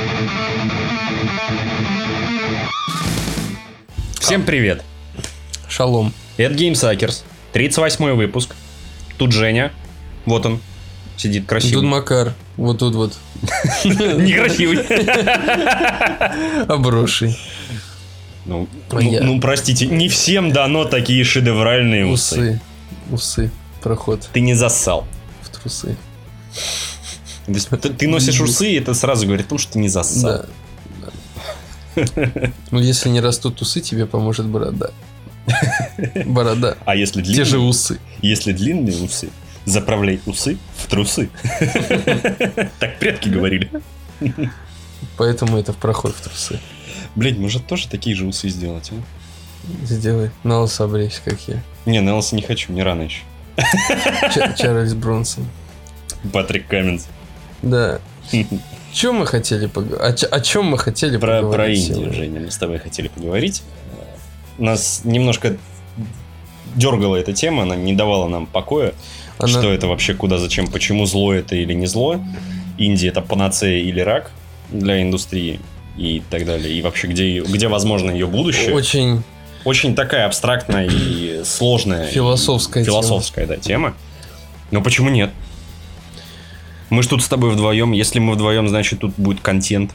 Всем привет. Шалом. Это GameSuckers, 38-й выпуск. Тут Женя, вот он, сидит красивый. Тут Макар, вот тут вот. Некрасивый. Обросший. Ну, простите, не всем дано такие шедевральные усы. Усы. Проход. Ты не зассал. В трусы. Ты носишь усы, и это сразу говорит о том, что ты не зассал. Да. Ну, если не растут усы, тебе поможет борода. Борода. А если длинные? Те же усы. Если длинные усы, заправляй усы в трусы. Так предки говорили. Поэтому это в проход в трусы. Блять, может тоже такие же усы сделать, а? Сделай. На лысо обрезь, как я. Не, на лысо не хочу, мне рано еще. Чарльз Бронсон. Патрик Каменс. Да. Чем мы хотели поговорить? О чем мы хотели поговорить? Про Индию, Женя, мы с тобой хотели поговорить. Нас немножко дергала эта тема, она не давала нам покоя. Что это вообще, куда, зачем, почему, зло это или не зло. Индия это панацея или рак для индустрии и так далее. И вообще, где возможно ее будущее. Очень такая абстрактная и сложная. Философская тема. Но почему нет? Мы ж тут с тобой вдвоем. Если мы вдвоем, значит, тут будет контент.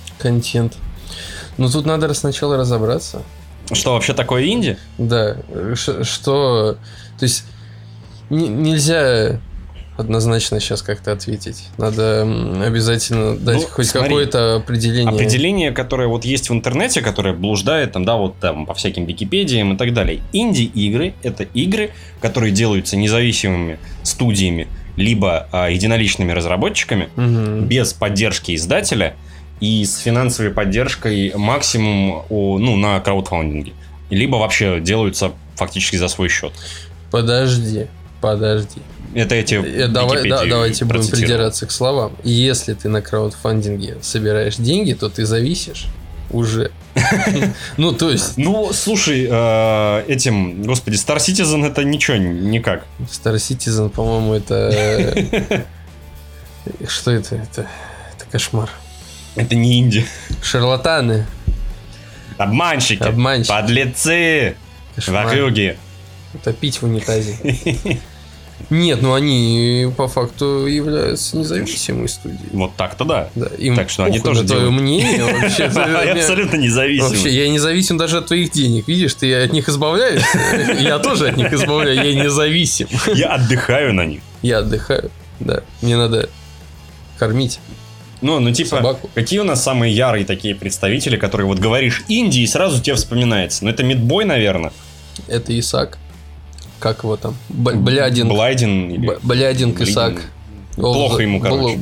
Ну, тут надо сначала разобраться. Что вообще такое Индия? Да. То есть, нельзя однозначно сейчас как-то ответить. Надо обязательно дать какое-то определение. Определение, которое вот есть в интернете, которое блуждает там, да, вот там по всяким Википедиям и так далее. Инди-игры — это игры, которые делаются независимыми студиями, либо единоличными разработчиками, без поддержки издателя и с финансовой поддержкой максимум на краудфандинге. Либо вообще делаются фактически за свой счет. Подожди. Это давайте будем придираться к словам. Если ты на краудфандинге собираешь деньги, то ты зависишь уже. Ну, то есть... Ну, слушай, господи, Star Citizen это ничего, никак. Star Citizen, по-моему, это... Что это? Это кошмар. Это не инди. Шарлатаны. Обманщики. Подлецы. Ворюги. Топить в унитазе. Нет, они по факту являются независимой студией. Вот так-то да. Им так что они тоже твое мнение вообще. Я абсолютно независим. Вообще, я не зависим даже от твоих денег. Видишь, ты от них избавляешься. Я тоже от них избавляюсь. Я независим. Я отдыхаю на них. Я отдыхаю, да. Мне надо кормить. Типа, собаку. Какие у нас самые ярые такие представители, которые вот говоришь Индии, и сразу тебе вспоминается? Это Мидбой, наверное. Это Исаак. Как его там? Блядинг. Блядинг Исаак. Плохо ему, короче.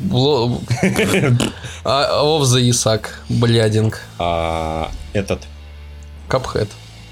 Овза Исаак. Блядинг. Капхэд.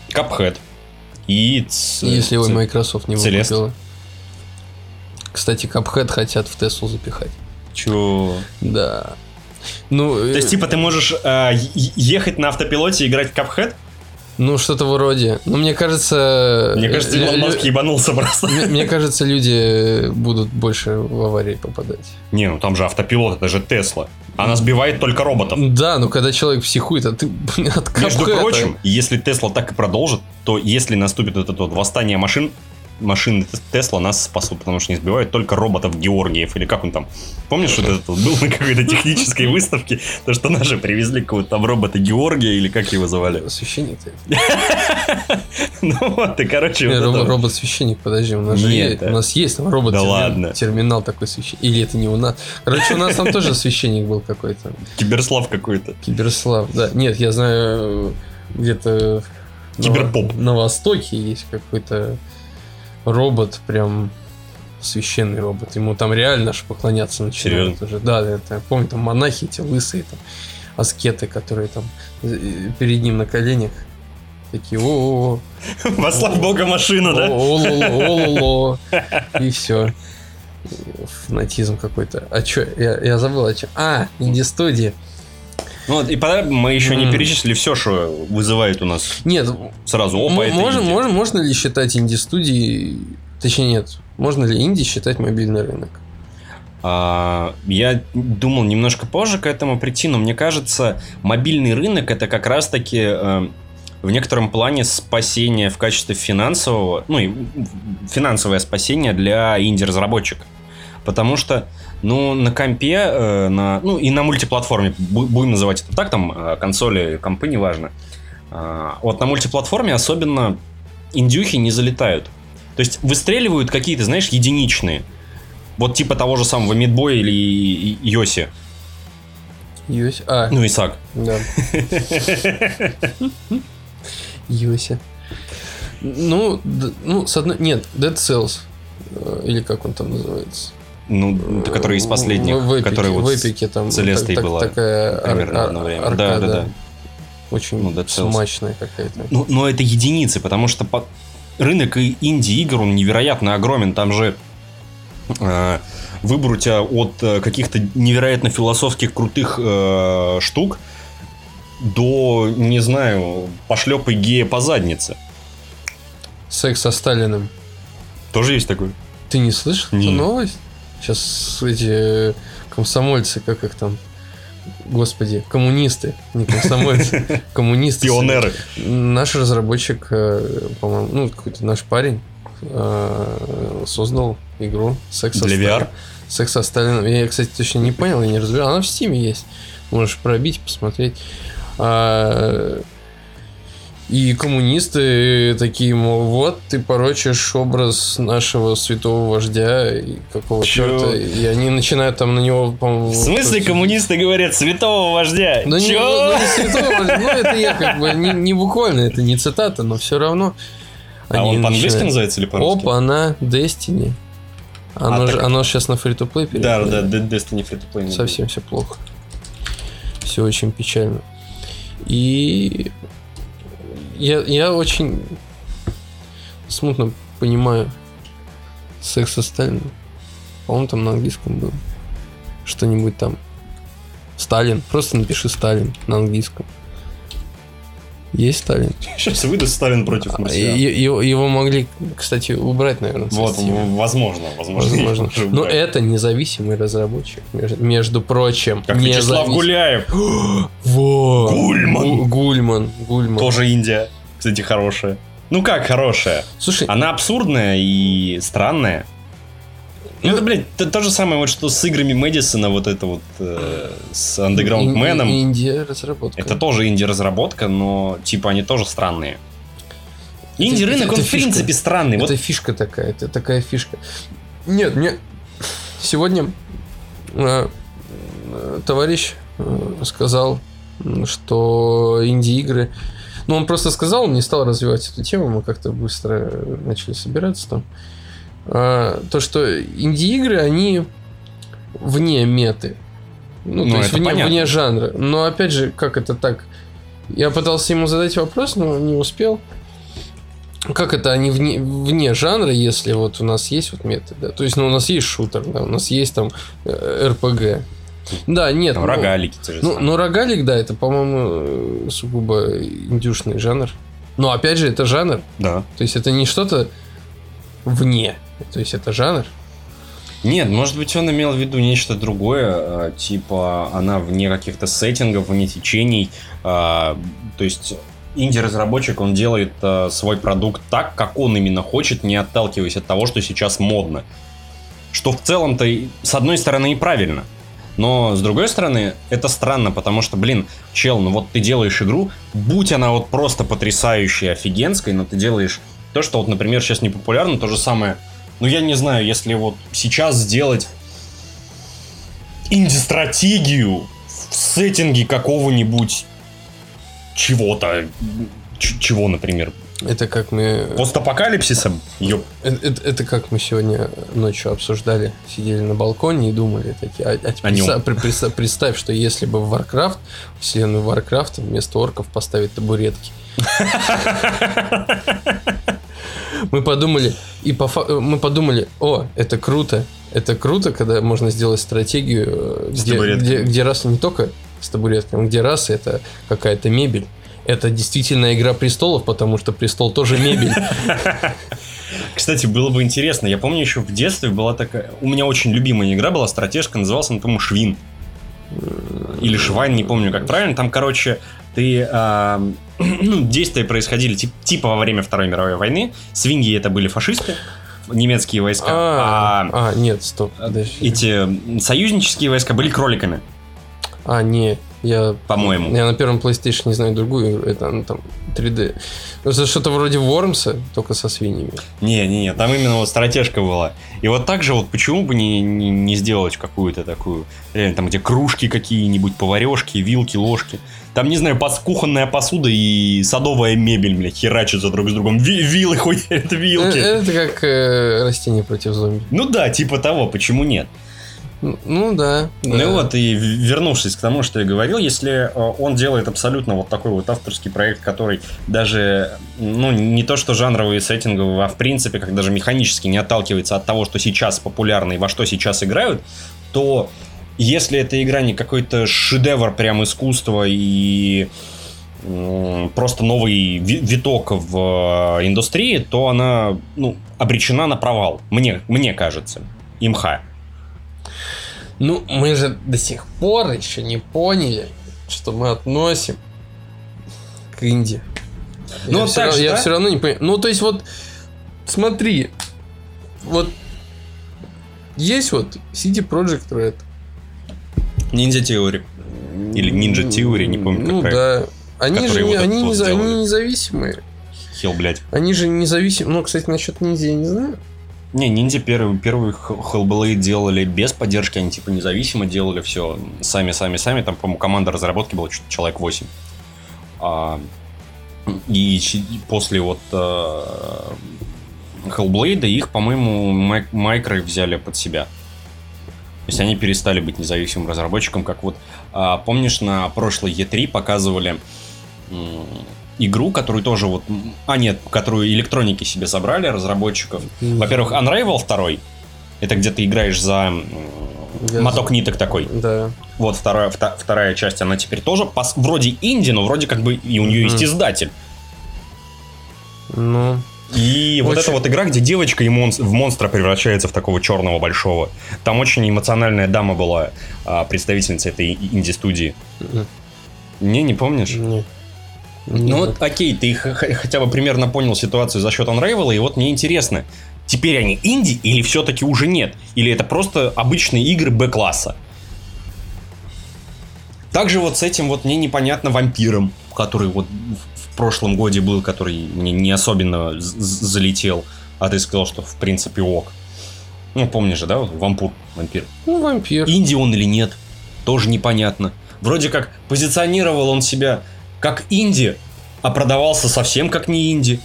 Если его Microsoft не выкупила. Кстати, Капхэд хотят в Теслу запихать. Чё? Да. То есть, типа, ты можешь ехать на автопилоте и играть в Капхэд? Что-то вроде. Мне кажется... Илон Маск ебанулся просто. Мне кажется, люди будут больше в аварии попадать. Не, там же автопилот, это же Тесла. Она сбивает только роботов. Да, когда человек психует, а ты, от Капхэда. Между прочим, если Тесла так и продолжит, то если наступит это восстание машины Тесла нас спасут, потому что не сбивают только роботов Георгиев, или как он там. Помнишь, что это был на какой-то технической выставке, то, что наши привезли какого-то там робота Георгия, или как его звали? Священник-то. И короче... Робот-священник, подожди, у нас есть там робот-терминал такой священник. Или это не у нас. Короче, у нас там тоже священник был какой-то. Киберслав какой-то. Киберслав, да. Нет, я знаю, где-то... Киберпоп. На Востоке есть какой-то робот, прям священный робот. Ему там реально аж поклоняться начинают уже. Да, это, помню, там монахи эти лысые, там, аскеты, которые там перед ним на коленях такие: о-о-о. Во славу Бога машину, да? О-о-о. И все. Фанатизм какой-то. А что? Я забыл о чем. Инди-студии. И мы еще не перечислили все, что вызывает у нас. Нет, сразу можно ли считать инди-студии, точнее нет, можно ли инди считать мобильный рынок? Я думал немножко позже к этому прийти, но мне кажется, мобильный рынок это как раз-таки в некотором плане спасение в качестве финансового, ну и финансовое спасение для инди-разработчиков. Потому что, ну, на компе, ну и на мультиплатформе, будем называть это так, там консоли, компы, неважно. Вот на мультиплатформе особенно индюхи не залетают. То есть выстреливают какие-то, знаешь, единичные. Вот типа того же самого Мидбоя или Йоси. Йоси? Ну, Исаак. Да. Йоси. Ну, с одной... Нет, Dead Cells. Или как он там называется? Ну, который из последних. Который вот в Эпике там Целестой была. Такая аркада. Да. Очень смачная какая-то. Ну, но это единицы, потому что рынок инди-игр, он невероятно огромен. Там же выбор у тебя от каких-то невероятно философских крутых штук до, не знаю, пошлепай гея по заднице. Секс со Сталиным. Тоже есть такой? Ты не слышал эту новость? Сейчас эти комсомольцы, как их там? Господи, коммунисты, не комсомольцы, коммунисты. Пионеры. Наш разработчик, по-моему, ну, какой-то наш парень создал игру «Секс для VR. Секс со Сталином». Я, кстати, точно не понял, я не разбирал. Она в Steam есть. Можешь пробить, посмотреть. И коммунисты такие, мол, вот ты порочишь образ нашего святого вождя, и какого черта. И они начинают там на него, по-моему... В смысле коммунисты говорят святого вождя? Ну, не святого вождя, ну это я как бы не буквально, это не цитата, но все равно. Он по-английски называется или по-русски? Опа, она Destiny. Оно сейчас на фри-то-плей переходит. Да, Destiny фри-то-плей. Совсем все плохо. Все очень печально. И я очень смутно понимаю секс со Сталином. По-моему, там на английском был. Что-нибудь там. Сталин. Просто напиши Сталин на английском. Есть Сталин? Сейчас выдаст Сталин против марсиан. Его могли, кстати, убрать, наверное. Вот, возможно. Но это независимый разработчик, между прочим. Как Вячеслав Гуляев. Вот. Гульман. Гульман. Тоже Индия. Кстати, хорошая. Ну как хорошая? Слушай, она абсурдная и странная. Ну, это, блядь, то же самое, вот что с играми Мэдисона, вот это вот с Underground Man. Инди-разработка. Это тоже инди-разработка, но типа они тоже странные. Инди-рынок, он в принципе странный. Это фишка такая, это такая фишка. Нет, мне сегодня товарищ сказал, что инди-игры... Ну, он просто сказал, он не стал развивать эту тему, мы как-то быстро начали собираться там. То, что инди-игры, они вне меты. Ну, то есть вне жанра. Но опять же, как это так? Я пытался ему задать вопрос, но не успел. Как это они вне жанра, если вот у нас есть вот меты, да? То есть, ну, у нас есть шутер, да, у нас есть там РПГ. Да, нет. Там рогалики те же самые. Ну, рогалик, да, это, по-моему, сугубо индюшный жанр. Но опять же, это жанр. Да. То есть, это не что-то вне. То есть это жанр? Нет, может быть, он имел в виду нечто другое, типа она вне каких-то сеттингов, вне течений. То есть инди-разработчик, он делает свой продукт так, как он именно хочет, не отталкиваясь от того, что сейчас модно. Что в целом-то, с одной стороны, и правильно. Но, с другой стороны, это странно, потому что, блин, чел, ну вот ты делаешь игру, будь она вот просто потрясающей, офигенской, но ты делаешь то, что вот, например, сейчас не популярно, то же самое. Ну, я не знаю, если вот сейчас сделать инди-стратегию в сеттинге какого-нибудь чего-то. Чего, например? Это как мы... Постапокалипсисом? Это как мы сегодня ночью обсуждали. Сидели на балконе и думали такие... Представь, что если бы в Warcraft, вселенную Warcraft, вместо орков поставить табуретки. Мы подумали, о, это круто, когда можно сделать стратегию, где раса не только с табуретками, где раса это какая-то мебель. Это действительно Игра престолов, потому что престол тоже мебель. Кстати, было бы интересно. Я помню, еще в детстве была такая... У меня очень любимая игра была, стратежка, называлась она, по-моему, Швин. Или Швайн, не помню, как правильно. Там, короче, ты... действия происходили типа во время Второй мировой войны. Свиньи это были фашисты, немецкие войска. Нет, стоп. Эти союзнические войска были кроликами. Не, по-моему. Я на первом PlayStation не знаю другую, это там 3D. Это что-то вроде Вормса, только со свиньями. Не, там именно вот стратежка была. И вот так же вот почему бы не сделать какую-то такую, реально там где кружки какие-нибудь, поварешки, вилки, ложки. Там, не знаю, кухонная посуда и садовая мебель, блядь, херачатся друг с другом. Вилы хуярят, вилки. Это как растение против зомби. Ну да, типа того, почему нет? Ну да. Ну вот, и вернувшись к тому, что я говорил, если он делает абсолютно вот такой вот авторский проект, который даже, не то что жанровый и сеттинговый, а в принципе, как даже механически не отталкивается от того, что сейчас популярно и во что сейчас играют, то если эта игра не какой-то шедевр прям искусства и просто новый виток в индустрии, то она, обречена на провал. Мне кажется. Имха. Мы же до сих пор еще не поняли, что мы относим к инди. Я все равно не понимаю. То есть вот, смотри, вот есть вот CD Projekt Red. Ninja Theory. Или Ninja Theory, не помню, как правильно. Да. Они независимые. Хил, блядь. Они же независимые. Кстати, насчет ниндзя я не знаю. Не, ниндзя первый Hellblade делали без поддержки, они типа независимо делали все сами. Там, по-моему, команда разработки была чуть человек 8. И после вот Hellblade их, по-моему, Micro взяли под себя. То есть они перестали быть независимым разработчиком, как вот, помнишь, на прошлой E3 показывали игру, которую тоже вот... которую электроники себе собрали, разработчиков. Во-первых, Unravel 2. Это где ты играешь за моток ниток такой. Да. Вот вторая часть, она теперь тоже вроде инди, но вроде как бы и у нее есть издатель. И вот эта вот игра, где девочка в монстра превращается в такого черного большого. Там очень эмоциональная дама была, представительница этой инди-студии. Не помнишь? Нет. Вот окей, ты хотя бы примерно понял ситуацию за счет Unravel, и вот мне интересно, теперь они инди или все-таки уже нет? Или это просто обычные игры Б-класса? Также вот с этим вот мне непонятно вампиром, который вот в прошлом годе был, который мне не особенно залетел, а ты сказал, что в принципе ок. Помнишь же, да, вампир. Вампир. Инди он или нет, тоже непонятно. Вроде как позиционировал он себя как инди, а продавался совсем как не инди.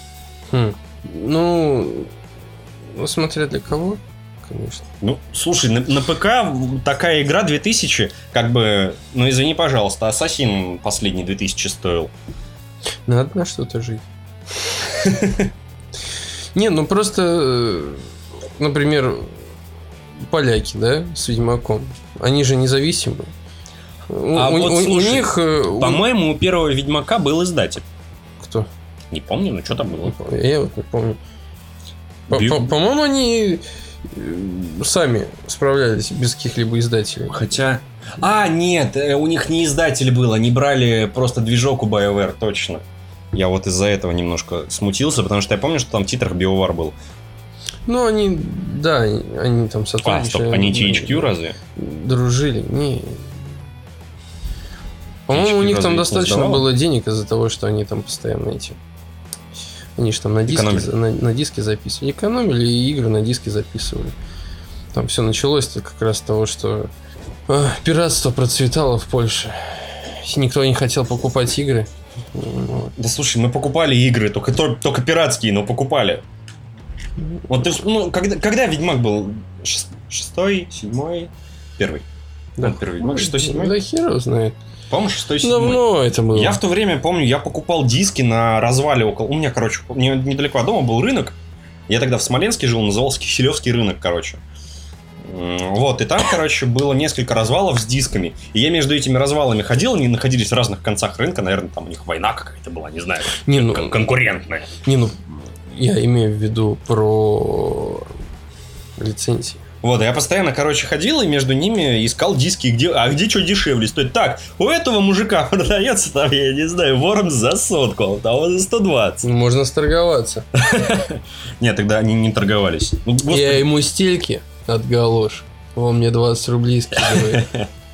Смотря для кого, конечно. Слушай, на ПК такая игра 2000, как бы, извини, пожалуйста, Ассасин последний 2000 стоил. Надо на что-то жить. Просто, например, поляки, да, с Ведьмаком, они же независимые. У них, по-моему, у первого Ведьмака был издатель. Кто? Не помню, что там было. Я вот не помню. По-моему, они сами справлялись без каких-либо издателей. Хотя... нет, у них не издатель был, они брали просто движок у BioWare, точно. Я вот из-за этого немножко смутился, потому что я помню, что там в титрах BioWare был. Они там сотрудничали. Стоп, они THQ разве? Дружили, не... По-моему, у них там достаточно было денег из-за того, что они там постоянно Они же там на диске записывали. Экономили и игры на диске записывали. Там все началось как раз с того, что пиратство процветало в Польше. Никто не хотел покупать игры. Да слушай, мы покупали игры, только пиратские, но покупали. Вот ты, когда Ведьмак был? 6-й, 7-й? 1-й? Да. Первый Ведьмак, 6-й, 7-й? Да хер его знает. По-моему, 6-й, 7-й. Давно это было. Я в то время помню, я покупал диски на развале около... У меня, недалеко от дома был рынок. Я тогда в Смоленске жил, назывался Киселевский рынок, Вот, и там, было несколько развалов с дисками. И я между этими развалами ходил, они находились в разных концах рынка. Наверное, там у них война какая-то была, не знаю. Конкурентная. я имею в виду про лицензии. Вот, я постоянно, ходил и между ними искал диски, где что дешевле стоит. Так, у этого мужика продается там, я не знаю, Ворон за 100, а того за 120. Можно сторговаться. Нет, тогда они не торговались. Я ему стельки от галош. Он мне 20 рублей скидывает.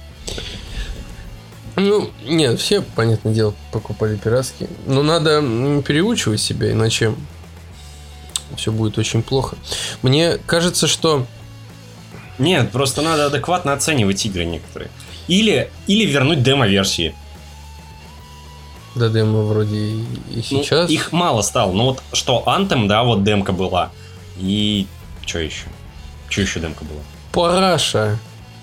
Нет, все, понятное дело, покупали пиратские. Но надо переучивать себя, иначе все будет очень плохо. Мне кажется, что... Нет, просто надо адекватно оценивать игры некоторые. Или вернуть демо-версии. Да, демо вроде и сейчас. Их мало стало. Ну вот что, Anthem, да, вот демка была. И что еще? Что еще демка была? Параша,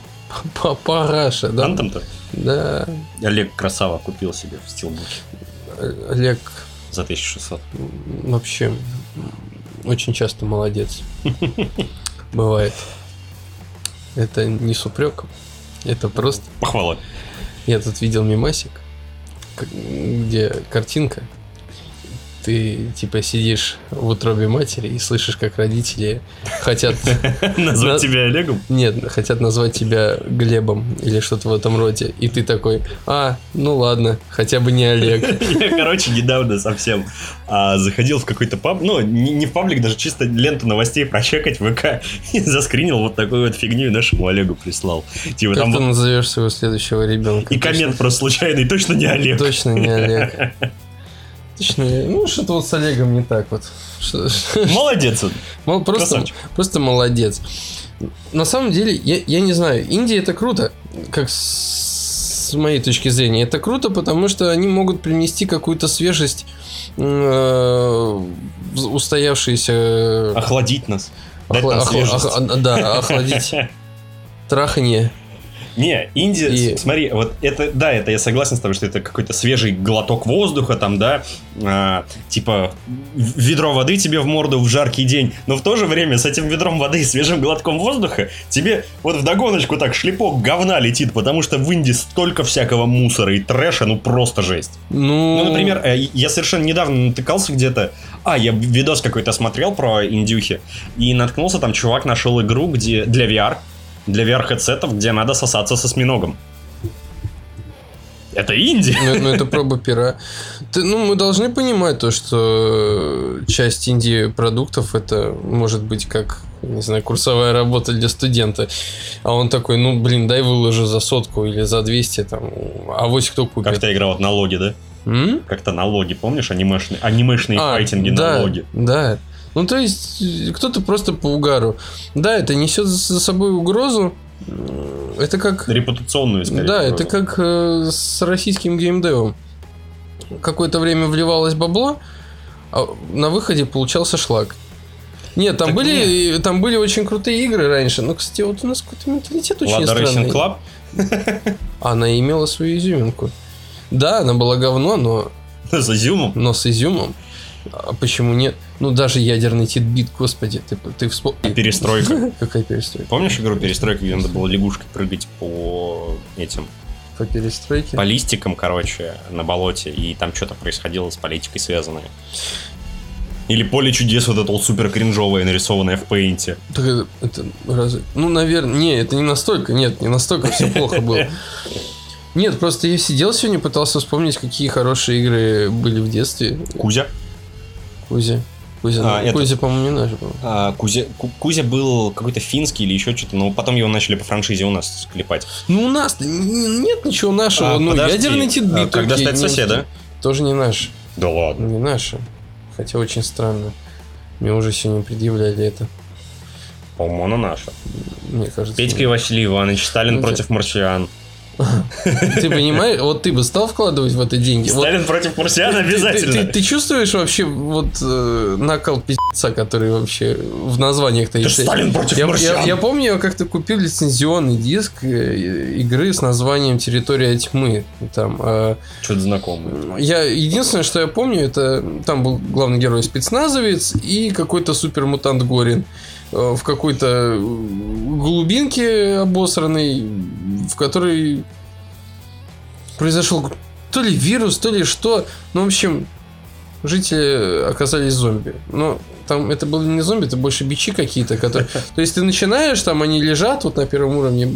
да? Anthem-то? Да. Олег красава купил себе в стилбуке. Олег... За 1600. Вообще, очень часто молодец. Бывает. Это не с упреком. Это просто... Похвала. Я тут видел мемасик, где картинка. Ты типа сидишь в утробе матери и слышишь, как родители хотят... Назвать тебя Олегом? Нет, хотят назвать тебя Глебом или что-то в этом роде. И ты такой, ну ладно, хотя бы не Олег. Я, недавно совсем заходил в какой-то паб, ну, не в паблик, даже чисто ленту новостей прочекать в ВК и заскринил вот такую вот фигню и нашему Олегу прислал. Типа, как ты назовешь своего следующего ребенка? И коммент просто случайный, точно не Олег. Точно не Олег. Точно, что-то вот с Олегом не так вот. Молодец он. Просто молодец. На самом деле, я не знаю, Индия это круто, как с моей точки зрения. Это круто, потому что они могут принести какую-то свежесть, устоявшиеся... Охладить нас. Дать нам свежесть. Да, охладить траханье. Не, Индия, смотри, вот это я согласен с тобой, что это какой-то свежий глоток воздуха, там, да, типа ведро воды тебе в морду в жаркий день, но в то же время с этим ведром воды и свежим глотком воздуха тебе вот вдогоночку так шлепок говна летит, потому что в Индии столько всякого мусора и трэша, просто жесть. Ну, например, я совершенно недавно натыкался где-то, я видос какой-то смотрел про индюхи, и наткнулся, там чувак нашел игру, где для VR-хедсетов, где надо сосаться с осьминогом. Это Индия. Ну, это проба пера. Мы должны понимать то, что часть инди-продуктов это может быть как, не знаю, курсовая работа для студента. А он такой, дай выложу за 100 или за 200, там, авось кто купит. Как-то играл вот налоги, да? Как-то налоги, помнишь? Анимешные файтинги, налоги. Да. То есть, кто-то просто по угару. Да, это несет за собой угрозу. Это как... Репутационную, скорее. Да, угрозу. Это как с российским геймдевом. Какое-то время вливалось бабло, а на выходе получался шлак. Нет, там были очень крутые игры раньше. Но, кстати, вот у нас какой-то менталитет очень странный. Racing Club? Она имела свою изюминку. Да, она была говно, но... С изюмом? Но с изюмом. А почему нет? Даже ядерный титбит, господи, ты вспомни. Перестройка. Какая перестройка? Помнишь игру Перестройка, где надо было лягушкой прыгать по этим... По перестройке? По листикам, на болоте, и там что-то происходило с политикой связанное. Или Поле чудес, вот это вот супер кринжовое, нарисованное в пейнте. Так это разве... наверное... Не, это не настолько, не настолько все плохо было. Нет, просто я сидел сегодня, пытался вспомнить, какие хорошие игры были в детстве. Кузя, по-моему, не наш был. Кузя был какой-то финский или еще что-то, но потом его начали по франшизе у нас клепать. У нас нет ничего нашего. Ядерный титбит. Когда стать соседа? Тоже не наш. Да ладно. Не наше. Хотя очень странно. Мне уже сегодня предъявляли это. По-моему, она наша. Мне кажется. Петька и Василий Иванович, Сталин против марсиан. Ты понимаешь, вот ты бы стал вкладывать в это деньги? Сталин против марсиан обязательно. Ты чувствуешь вообще накал пиздеца, который вообще в названиях-то есть? Сталин против марсиан. Я помню, я как-то купил лицензионный диск игры с названием «Территория тьмы». Что-то знакомое. Единственное, что я помню, это там был главный герой спецназовец и какой-то супермутант Горин в какой-то глубинке обосранной, в которой произошел то ли вирус, то ли что. В общем, жители оказались зомби. Но там это были не зомби, это больше бичи какие-то, которые... То есть ты начинаешь, там они лежат вот на первом уровне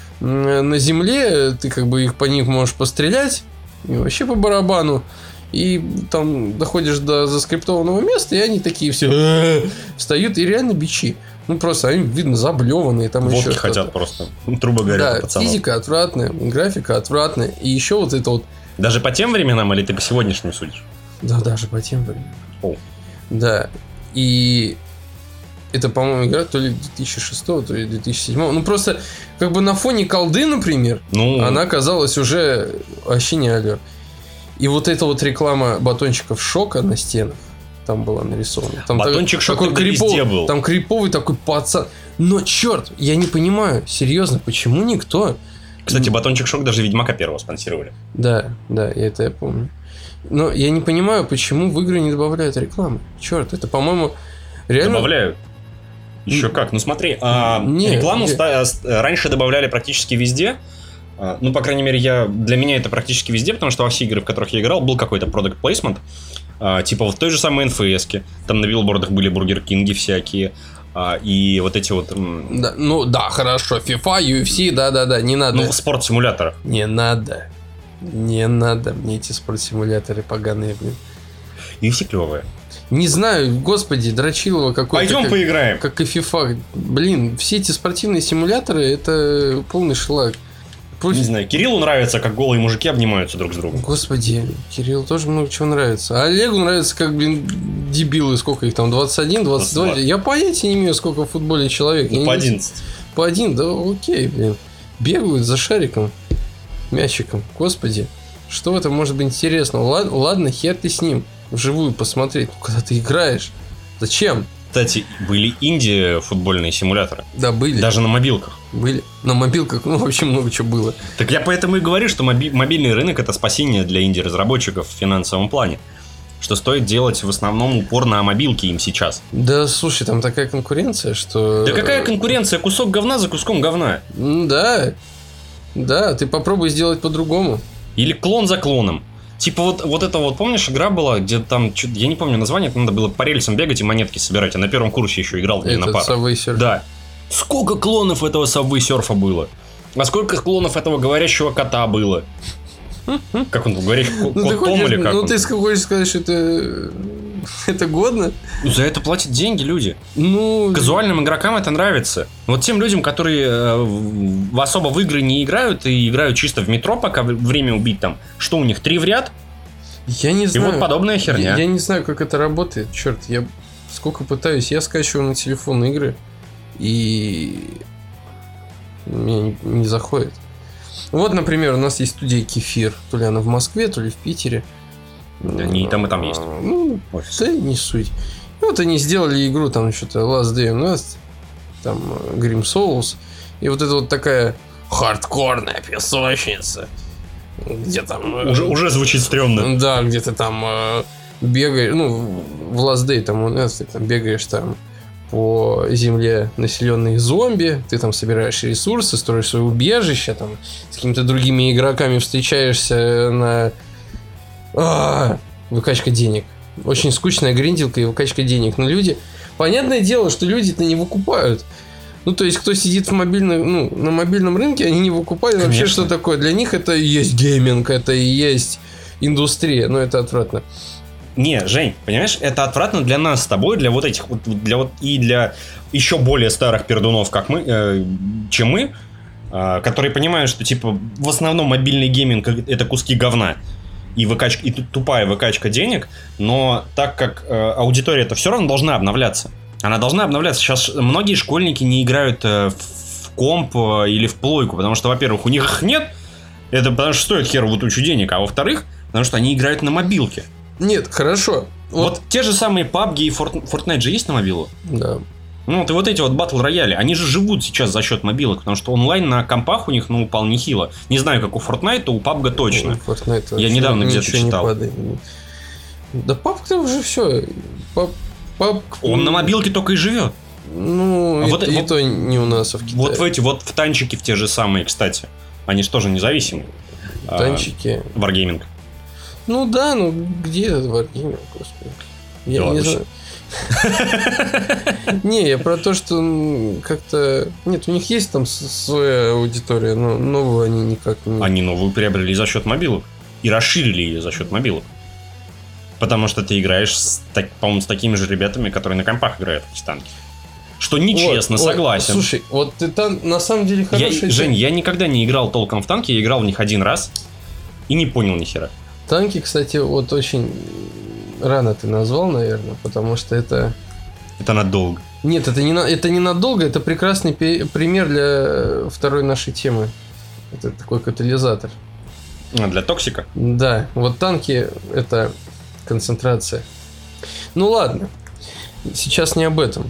на земле, ты как бы по них можешь пострелять, и вообще по барабану. И там доходишь до заскриптованного места, и они такие все встают, и реально бичи. Ну, просто они, видно, заблеванные. Там водки еще хотят что-то. просто. Трубы горят, да, пацанов. Физика отвратная, графика отвратная. И еще вот это вот... Даже по тем временам, или ты по сегодняшнему судишь? Да, даже по тем временам. О. Да. И это, по-моему, игра то ли 2006, то ли 2007. Ну, просто как бы на фоне колды, например, она казалась уже вообще не алё. И вот эта вот реклама батончиков Шока на стенах там была нарисована. Там батончик Шока везде был. Там криповый такой пацан. Но, черт, я не понимаю, серьезно, почему никто... Кстати, батончик Шок даже Ведьмака первого спонсировали. Да, это я помню. Но я не понимаю, почему в игры не добавляют рекламы. Черт, это, по-моему, реально... Добавляют. Еще как? Ну смотри, рекламу раньше добавляли практически везде. Ну, по крайней мере, для меня это практически везде, потому что во все игры, в которых я играл, был какой-то product placement. Типа вот в той же самой NFS-ке. Там на билбордах были Бургер Кинги всякие. И вот эти вот... Да, ну да, хорошо. FIFA, UFC, да, не надо. Ну, спорт-симуляторы. Не надо. Не надо мне эти спорт-симуляторы поганые, блин. UFC клевые. Не знаю, господи, Дрочилова какой-то. Пойдем поиграем. Как и FIFA. Блин, все эти спортивные симуляторы, это полный шлак. Не знаю, Кириллу нравится, как голые мужики обнимаются друг с другом. Господи, Кириллу тоже много чего нравится. А Олегу нравится, как, блин, дебилы, сколько их там, 21, 22? 22. Я понятия не имею, сколько в футболе человек. Ну, по 11. По 1, да, окей, блин. Бегают за шариком, мячиком. Господи, что в этом может быть интересного? Ладно, хер ты с ним вживую посмотреть. Ну, когда ты играешь, зачем? Кстати, были инди-футбольные симуляторы. Да, были. Даже на мобилках. Были. На мобилках, ну, вообще много чего было. Так я поэтому и говорю, что мобильный рынок – это спасение для инди-разработчиков в финансовом плане. Что стоит делать в основном упор на мобилки им сейчас. Да, слушай, там такая конкуренция, что... Да какая конкуренция? Кусок говна за куском говна. Да. Да, ты попробуй сделать по-другому. Или клон за клоном. Типа вот это вот, помнишь, игра была, где там, я не помню название, надо было по рельсам бегать и монетки собирать. Я на первом курсе еще играл на парах. Subway Surf. Да. Сколько клонов этого Subway Surf было? А сколько клонов этого говорящего кота было? Как он, говорящий кот Том или как? Ну ты хочешь сказать, что это годно? За это платят деньги люди. Ну... Казуальным игрокам это нравится. Вот тем людям, которые особо в игры не играют и играют чисто в метро, пока время убить там, что у них, 3 в ряд? Я не знаю. И вот подобная херня. Я не знаю, как это работает. Черт, я сколько пытаюсь. Я скачиваю на телефон игры, и мне не заходит. Вот, например, у нас есть студия Кефир. То ли она в Москве, то ли в Питере. Они и там есть. Ну, да не суть. И вот они сделали игру, там что-то Last Day on Earth, там Grim Souls. И вот это вот такая хардкорная песочница. Где там... Уже звучит стрёмно. Да, где ты там бегаешь, ну, в Last Day там on Earth ты там бегаешь там по земле, населенной зомби, ты там собираешь ресурсы, строишь свое убежище, там с какими-то другими игроками встречаешься на выкачка денег. Очень скучная гринделка и выкачка денег. Но люди... Понятное дело, что люди-то не выкупают. Ну, то есть, кто сидит в на мобильном рынке, они не выкупают. Конечно. Вообще, что такое? Для них это и есть гейминг, это и есть индустрия. Но это отвратно. Не, Жень, понимаешь, это отвратно для нас с тобой, для вот этих и для еще более старых пердунов, как мы, чем мы, которые понимают, что типа в основном мобильный гейминг это куски говна и тупая выкачка денег, но так как аудитория это все равно должна обновляться. Она должна обновляться. Сейчас многие школьники не играют в комп или в плойку, потому что, во-первых, у них их нет, это потому что стоит херовую тучу денег, а во-вторых, потому что они играют на мобилке. Нет, хорошо. Вот те же самые PUBG и Fortnite же есть на мобилу? Да. Ну, вот эти вот батл рояли, они же живут сейчас за счет мобилок, потому что онлайн на компах у них, упал нехило. Не знаю, как у Fortnite, у PUBG точно. Fortnite я недавно где-то читал. Да PUBG уже все. Он на мобилке только и живет. Ну, и то не у нас, а в Китае. Вот в танчики в те же самые, кстати. Они же тоже независимые. Танчики. Wargaming. Ну да, где этот Wargaming, господи. Я не знаю. Не, я про то, что как-то... Нет, у них есть там своя аудитория, но новую они никак не... Они новую приобрели за счет мобилок. И расширили ее за счет мобилок. Потому что ты играешь, по-моему, с такими же ребятами, которые на компах играют в эти танки. Что нечестно, согласен. Слушай, вот ты там на самом деле хороший... Жень, я никогда не играл толком в танки, я играл в них один раз и не понял ни хера. Танки, кстати, вот очень рано ты назвал, наверное, потому что это... Это надолго. Нет, это не надолго, это прекрасный пример для второй нашей темы. Это такой катализатор. Для токсика? Да, вот танки — это концентрация. Ну ладно, сейчас не об этом.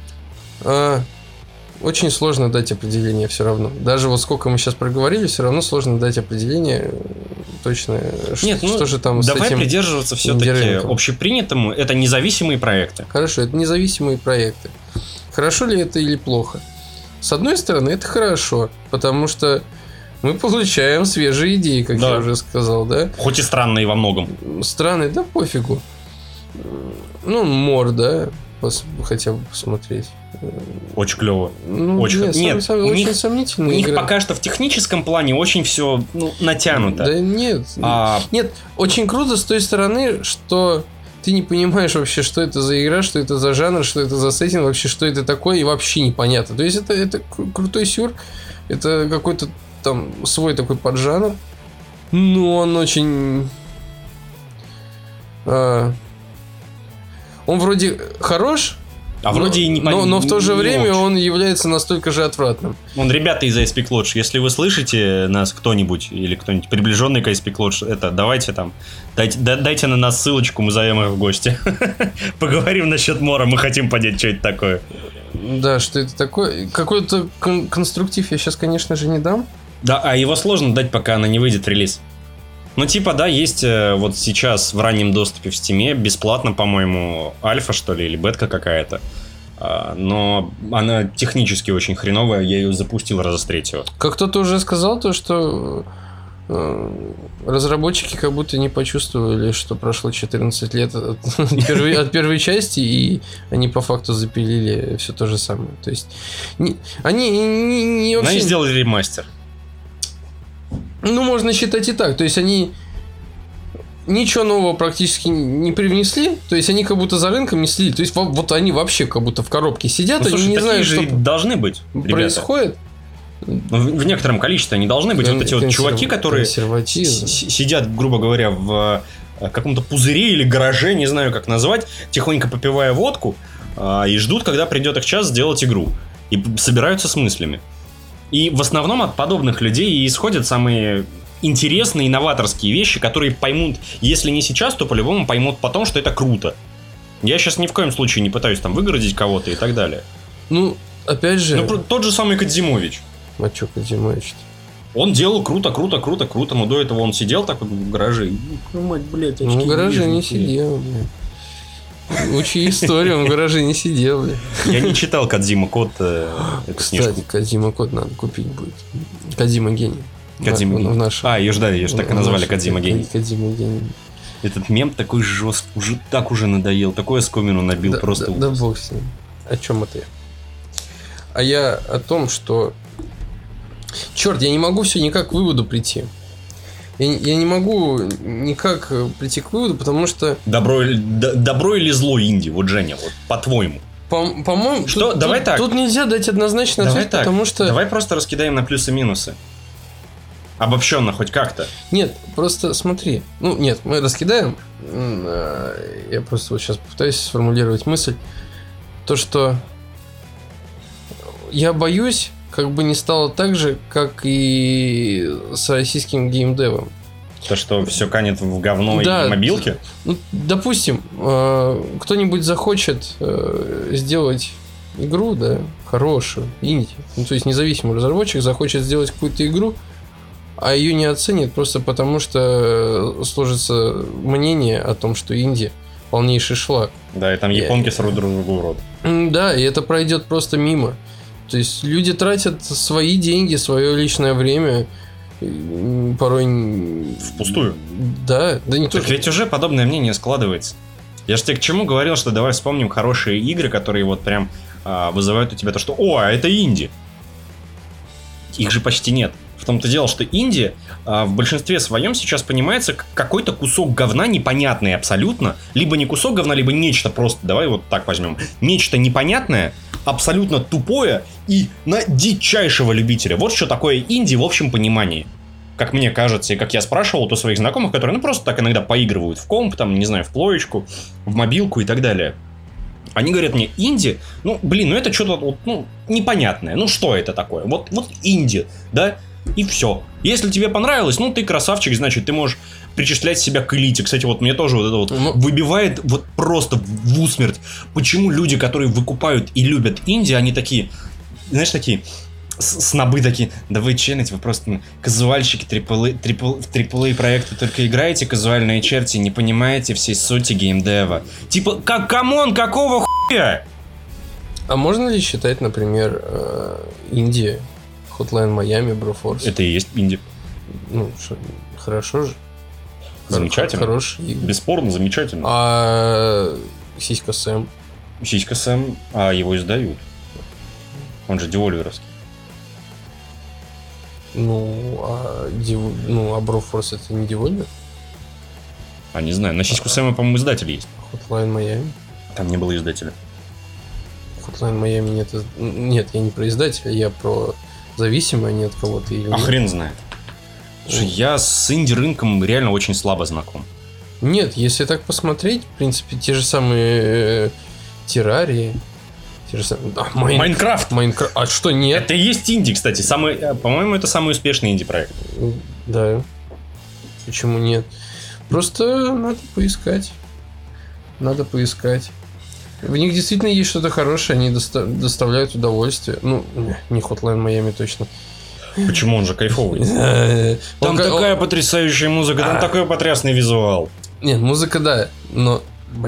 Очень сложно дать определение все равно. Даже вот сколько мы сейчас проговорили, все равно сложно дать определение точно. Нет, что же там давай с этим придерживаться все-таки общепринятому. Это независимые проекты. Хорошо, это независимые проекты. Хорошо ли это или плохо? С одной стороны, это хорошо, потому что мы получаем свежие идеи, как я уже сказал, да? Хоть и странные во многом. Странные, да пофигу. Ну, мор, да, хотя бы посмотреть. Очень клево. Ну, очень очень сомнительно. У них пока что в техническом плане очень все натянуто. Да нет. Нет, очень круто с той стороны, что ты не понимаешь вообще, что это за игра, что это за жанр, что это за сеттинг, вообще, что это такое, и вообще непонятно. То есть это крутой сюр, это какой-то там свой такой поджанр, но он очень... Он вроде хорош, вроде и непонятно. Но в то же время он является настолько же отвратным. Ребята из Icepeak Lodge, если вы слышите нас кто-нибудь, или кто-нибудь приближенный к Icepeak Lodge, давайте там, дайте на нас ссылочку, мы зовем их в гости. Поговорим насчет мора, мы хотим понять, что это такое. Да, что это такое. Какой-то конструктив я сейчас, конечно же, не дам. Да, а его сложно дать, пока она не выйдет в релиз. Есть вот сейчас в раннем доступе в Steam бесплатно, по-моему, альфа, что ли, или бетка какая-то. Но она технически очень хреновая, я ее запустил раза с третьего. Как кто-то уже сказал, то, что разработчики как будто не почувствовали, что прошло 14 лет от первой части, и они по факту запилили все то же самое. То есть они вообще... Они сделали ремастер. Ну, можно считать и так. То есть они ничего нового практически не привнесли. То есть они как будто за рынком не следили. То есть вот они вообще как будто в коробке сидят, они слушай, не знают, что должны быть происходит. В некотором количестве они должны быть. Вот эти вот чуваки, которые сидят, грубо говоря, в каком-то пузыре или гараже, не знаю, как назвать, тихонько попивая водку, и ждут, когда придет их час сделать игру. И собираются с мыслями. И в основном от подобных людей и исходят самые интересные, инноваторские вещи, которые поймут, если не сейчас, то по-любому поймут потом, что это круто. Я сейчас ни в коем случае не пытаюсь там выгородить кого-то и так далее. Ну, опять же... тот же самый Кодзимович. А что Кодзимович-то? Он делал круто, но до этого он сидел так вот в гараже. В гараже не сидел, блядь. Учи историю, он в гараже не сидел. Я не читал Кодзима Код. Кстати, Кодзима Код надо купить будет. Кодзима гений. Ее же так и назвали Кодзима гений. Кодзима гений. Этот мем такой жесткий, уже надоел. Такой оскомину набил просто. Да бог с ним. О чем это я? А я о том, что... Черт, я не могу все никак к выводу прийти. Я не могу никак прийти к выводу, потому что... Добро или зло инди? Вот, Женя, вот по-твоему. По-моему, давай так. Тут нельзя дать однозначно ответ, потому что... Давай просто раскидаем на плюсы-минусы. Обобщенно хоть как-то. Нет, просто смотри. Нет, мы раскидаем. Я просто вот сейчас попытаюсь сформулировать мысль. То, что я боюсь, как бы не стало так же, как и с российским геймдевом. То, что все канет в говно и мобилки? Допустим, кто-нибудь захочет сделать игру, да, хорошую, инди. То есть независимый разработчик захочет сделать какую-то игру, а ее не оценит просто потому, что сложится мнение о том, что инди полнейший шлак. Да, и там японки срут друг другу в рот. Да, и это пройдет просто мимо. То есть люди тратят свои деньги, свое личное время, порой... Впустую. Да, не так ведь уже подобное мнение складывается. Я же тебе к чему говорил, что давай вспомним хорошие игры, которые вот прям вызывают у тебя то, что «О, а это инди». Их же почти нет. В том-то дело, что инди в большинстве своем сейчас понимается как какой-то кусок говна непонятный абсолютно. Либо не кусок говна, либо нечто просто, давай вот так возьмем. Нечто непонятное, абсолютно тупое и на дичайшего любителя. Вот что такое инди в общем понимании. Как мне кажется, и как я спрашивал у своих знакомых, которые ну просто так иногда поигрывают в комп, там, не знаю, в плоечку, в мобилку и так далее. Они говорят мне, инди, ну, блин, ну это что-то, вот, ну, непонятное. Ну, что это такое? Вот инди, да? И все. Если тебе понравилось, ну, ты красавчик, значит, ты можешь причислять себя к элите. Кстати, вот мне тоже вот это вот выбивает вот просто в усмерть. Почему люди, которые выкупают и любят инди, они такие, знаешь, такие... Снобы такие, да вы челядь, вы просто казуальщики, AAA проекты только играете, казуальные черти, не понимаете всей сути геймдева. Типа, камон, какого хуя? А можно ли считать, например, инди, Hotline Miami, Broforce? Это и есть инди. Ну, хорошо же. Замечательно. Хороший. Бесспорно, замечательно. А Сиська Сэм? Сиська Сэм, а его издают. Он же девольверовский. А Broforce это не Devolver? А не знаю, на Сиську Сэма, по-моему, издатель есть. Hotline Miami? Там не было издателя. Hotline Miami нет. Нет, я не про издателя, я про зависимое, нет кого-то или нет. Хрен знает. Слушай, я с инди-рынком реально очень слабо знаком. Нет, если так посмотреть, в принципе, те же самые террарии. Майнкрафт. А что, нет? Это и есть инди, кстати. По-моему, это самый успешный инди-проект. Да. Почему нет? Просто надо поискать. В них действительно есть что-то хорошее, они доставляют удовольствие. Ну, не Hotline Miami точно. Почему? Он же кайфовый. Там такая потрясающая музыка, там такой потрясный визуал. Нет, музыка да, но...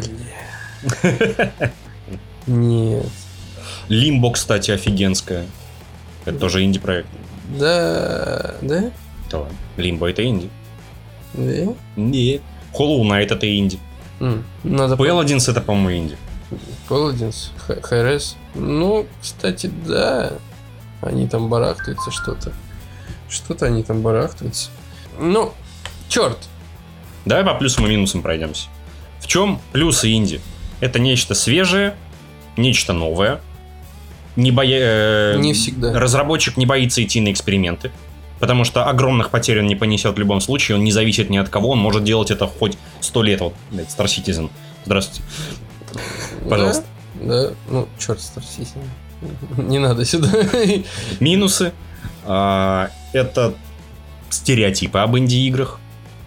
Нет. Лимбо, кстати, офигенская. Это тоже инди-проект. Да? Да, Лимбо это инди. Да? Нет. Hollow Knight это инди. Paladins это, по-моему, инди. Paladins, HRS. Ну, кстати, да. Они там барахтаются что-то. Что-то они там барахтаются. Ну, черт. Давай по плюсам и минусам пройдемся. В чем плюсы инди? Это нечто свежее, нечто новое. Не всегда. Разработчик не боится идти на эксперименты, потому что огромных потерь он не понесет в любом случае, он не зависит ни от кого, он может делать это хоть 100 лет. Вот, Star Citizen. Здравствуйте. Пожалуйста. Да, ну, черт, Star Citizen. Не надо сюда. Минусы. Это стереотипы об инди-играх.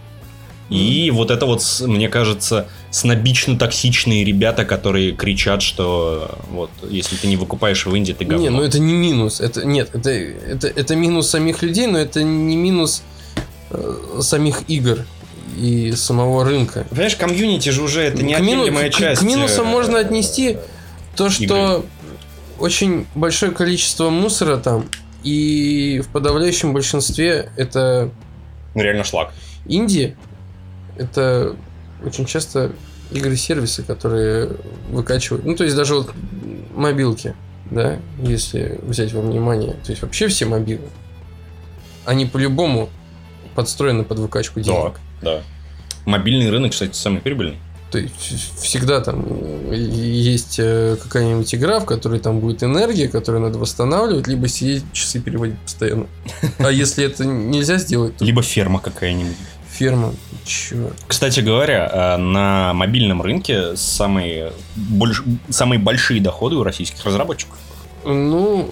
И вот это вот, мне кажется, снобично-токсичные ребята, которые кричат, что вот если ты не выкупаешь в инди, ты говно. Не, ну это не минус. Это минус самих людей, но это не минус самих игр и самого рынка. Понимаешь, комьюнити же уже это неотъемлемая часть. К минусам можно отнести то, что очень большое количество мусора там, и в подавляющем большинстве это... реально шлак. Инди. Это очень часто игры-сервисы, которые выкачивают. Ну, то есть даже вот мобилки, да, если взять во внимание. То есть вообще все мобилы, они по-любому подстроены под выкачку денег. Да. Мобильный рынок, кстати, самый прибыльный. То есть всегда там есть какая-нибудь игра, в которой там будет энергия, которую надо восстанавливать, либо сидеть часы переводить постоянно. А если это нельзя сделать, то... Либо ферма какая-нибудь. Ферма, черт. Кстати говоря, на мобильном рынке самые большие доходы у российских разработчиков. Ну,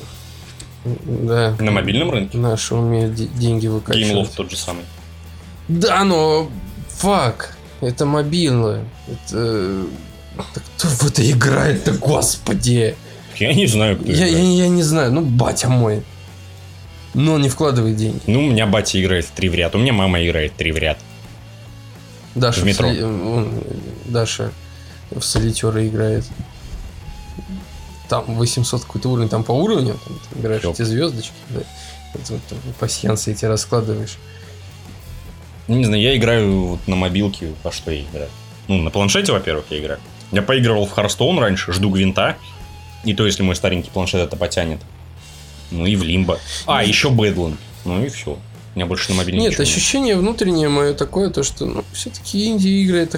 да. На мобильном рынке. Наши умеют деньги выкачивать. Геймлофт тот же самый. Да, но... Фак. Это мобильное. Это... Кто в это играет-то, господи? Я не знаю, кто играет. Я не знаю. Ну, батя мой. Но он не вкладывает деньги. Ну, у меня батя играет в 3 в ряд, у меня мама играет в 3 в ряд. Даша в метро. Даша в солитера играет. Там 800 какой-то уровень, там по уровню там, ты играешь эти звездочки, да. Вот, пасьянсы эти раскладываешь. Не знаю, я играю вот на мобилке, во что я играю. Ну, на планшете, во-первых, я играю. Я поигрывал в Hearthstone раньше, жду Гвинта. И то, если мой старенький планшет это потянет. Ну и в Лимбо. Еще Badlands. Ну и все. У меня больше на мобильном нет, ощущение внутреннее мое такое, то что все-таки инди-игры это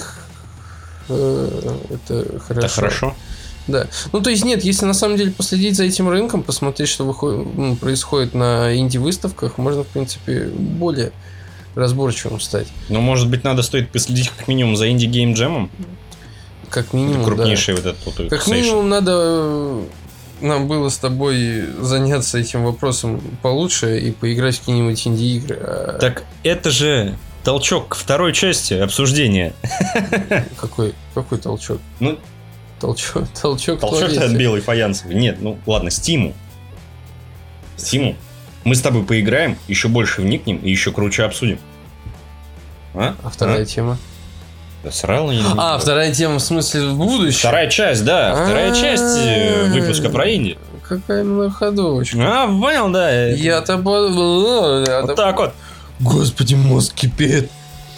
хорошо. Это хорошо? Да. Ну, то есть, нет, если на самом деле последить за этим рынком, посмотреть, что происходит на инди-выставках, можно, в принципе, более разборчивым стать. Ну, может быть, стоит последить как минимум за инди-гейм-джемом? Как минимум, это крупнейший вот этот вот. Как минимум, надо нам было с тобой заняться этим вопросом получше и поиграть в какие-нибудь инди-игры. Так это же толчок к второй части обсуждения. Какой толчок? Ну, толчок от белой фаянсовой. Нет, ну ладно, Стиму. Мы с тобой поиграем, еще больше вникнем и еще круче обсудим. А вторая тема? Да срал я. Вторая тема в смысле в будущем? Вторая часть, да. Вторая часть выпуска про инди. Какая многоходовочка. Понял, да. Я-то... Вот так вот. Господи, мозг кипит.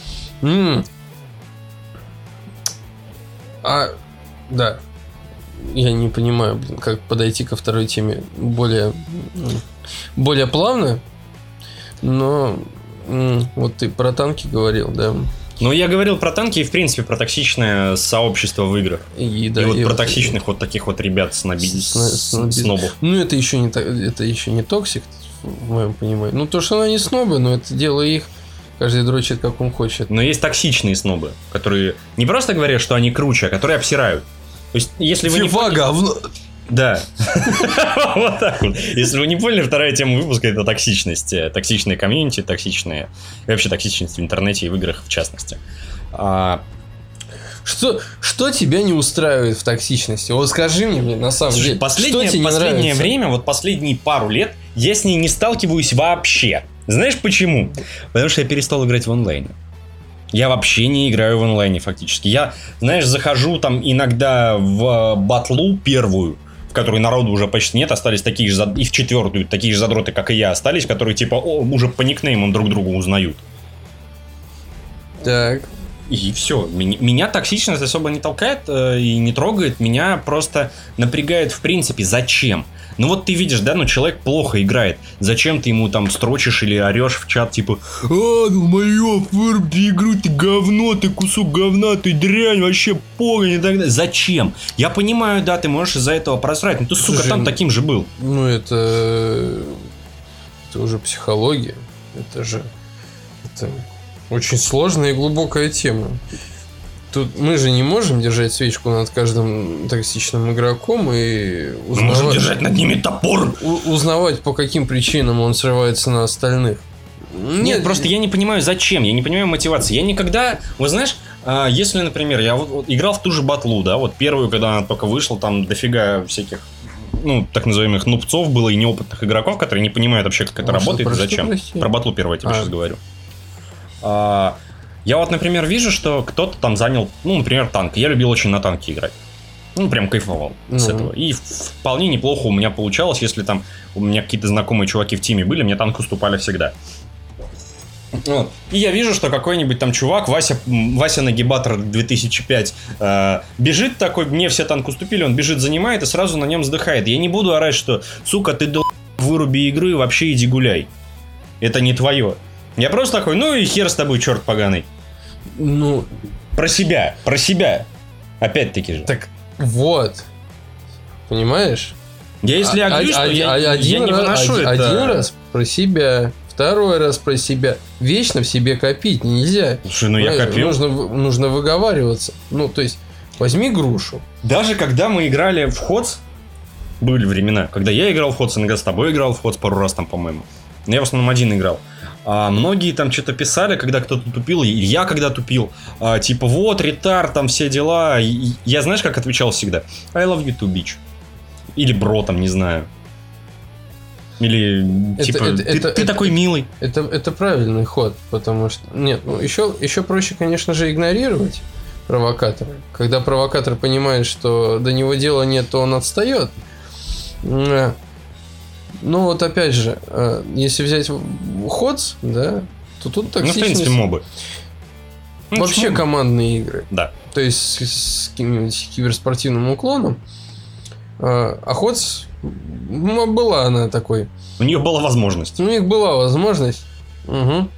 Да. Я не понимаю, как подойти ко второй теме более плавно. Но вот ты про танки говорил, да? Ну, я говорил про танки и, в принципе, про токсичное сообщество в играх. И про токсичных вот таких вот ребят снобов. Ну, это еще не токсик, в моем понимании. Ну, то, что они снобы, но это дело их. Каждый дрочит, как он хочет. Но есть токсичные снобы, которые не просто говорят, что они круче, а которые обсирают. То есть, если вы FIFA говно. Да. Вот так вот. Если вы не поняли, вторая тема выпуска — это токсичность. Токсичные комьюнити, токсичные... И вообще токсичность в интернете и в играх в частности. Что тебя не устраивает в токсичности? Вот скажи мне, на самом деле, последнее время, вот последние пару лет, я с ней не сталкиваюсь вообще. Знаешь почему? Потому что я перестал играть в онлайне. Я вообще не играю в онлайне фактически. Я, знаешь, захожу там иногда в батлу первую, в которой народу уже почти нет, остались такие же, и в четвертую такие же задроты, как и я, остались, которые типа уже по никнеймам друг друга узнают. Так. И все. Меня токсичность особо не толкает и не трогает. Меня просто напрягает в принципе. Зачем? Ну вот ты видишь, да, человек плохо играет. Зачем ты ему там строчишь или орешь в чат, типа: долбоёб, выруби игру, ты говно, ты кусок говна, ты дрянь, вообще погонь и так далее. Зачем? Я понимаю, да, ты можешь из-за этого просрать, но ты, сука, там таким же был. Ну это уже психология. Это очень сложная и глубокая тема. Тут мы же не можем держать свечку над каждым токсичным игроком и узнавать... Мы можем держать над ними топор. Узнавать, по каким причинам он срывается на остальных. Нет, просто я не понимаю, зачем. Я не понимаю мотивации. Я никогда... Вот знаешь, если, например, я вот играл в ту же батлу, да, вот первую, когда она только вышла, там дофига всяких, так называемых нубцов было и неопытных игроков, которые не понимают вообще, как это работает и зачем. Про батлу первую я тебе сейчас говорю. Я вот, например, вижу, что кто-то там занял, например, танк. Я любил очень на танке играть. Прям кайфовал с этого. И вполне неплохо у меня получалось, если там у меня какие-то знакомые чуваки в тиме были, мне танк уступали всегда. Вот. И я вижу, что какой-нибудь там чувак, Вася Нагибатор 2005, бежит такой, мне все танк уступили, он бежит, занимает и сразу на нем вздыхает. Я не буду орать, что, сука, ты выруби игры, вообще иди гуляй. Это не твое. Я просто такой, и хер с тобой, черт поганый. Про себя. Опять-таки же. Так вот. Понимаешь? Я если огрю, что я не выношу это. Один раз про себя, второй раз про себя. Вечно в себе копить нельзя. Слушай, я копил. Нужно выговариваться. То есть, возьми грушу. Даже когда мы играли в Ходс, были времена, когда я играл в Ходс, иногда с тобой играл в Ходс пару раз там, по-моему. Я в основном один играл. А многие там что-то писали, когда кто-то тупил, и я когда тупил, типа, вот, ретард, там все дела. И я, знаешь, как отвечал всегда? I love you too, bitch. Или бро, там, не знаю. Или, ты такой милый. Это правильный ход, потому что... Нет, еще проще, конечно же, игнорировать провокатора. Когда провокатор понимает, что до него дела нет, то он отстает. Вот опять же, если взять Ходс, да, то тут токсичность... в принципе, мобы. вообще командные игры. Да. То есть с каким-нибудь киберспортивным уклоном. А Ходс, была она такой. У нее была возможность. У них была возможность. Угу.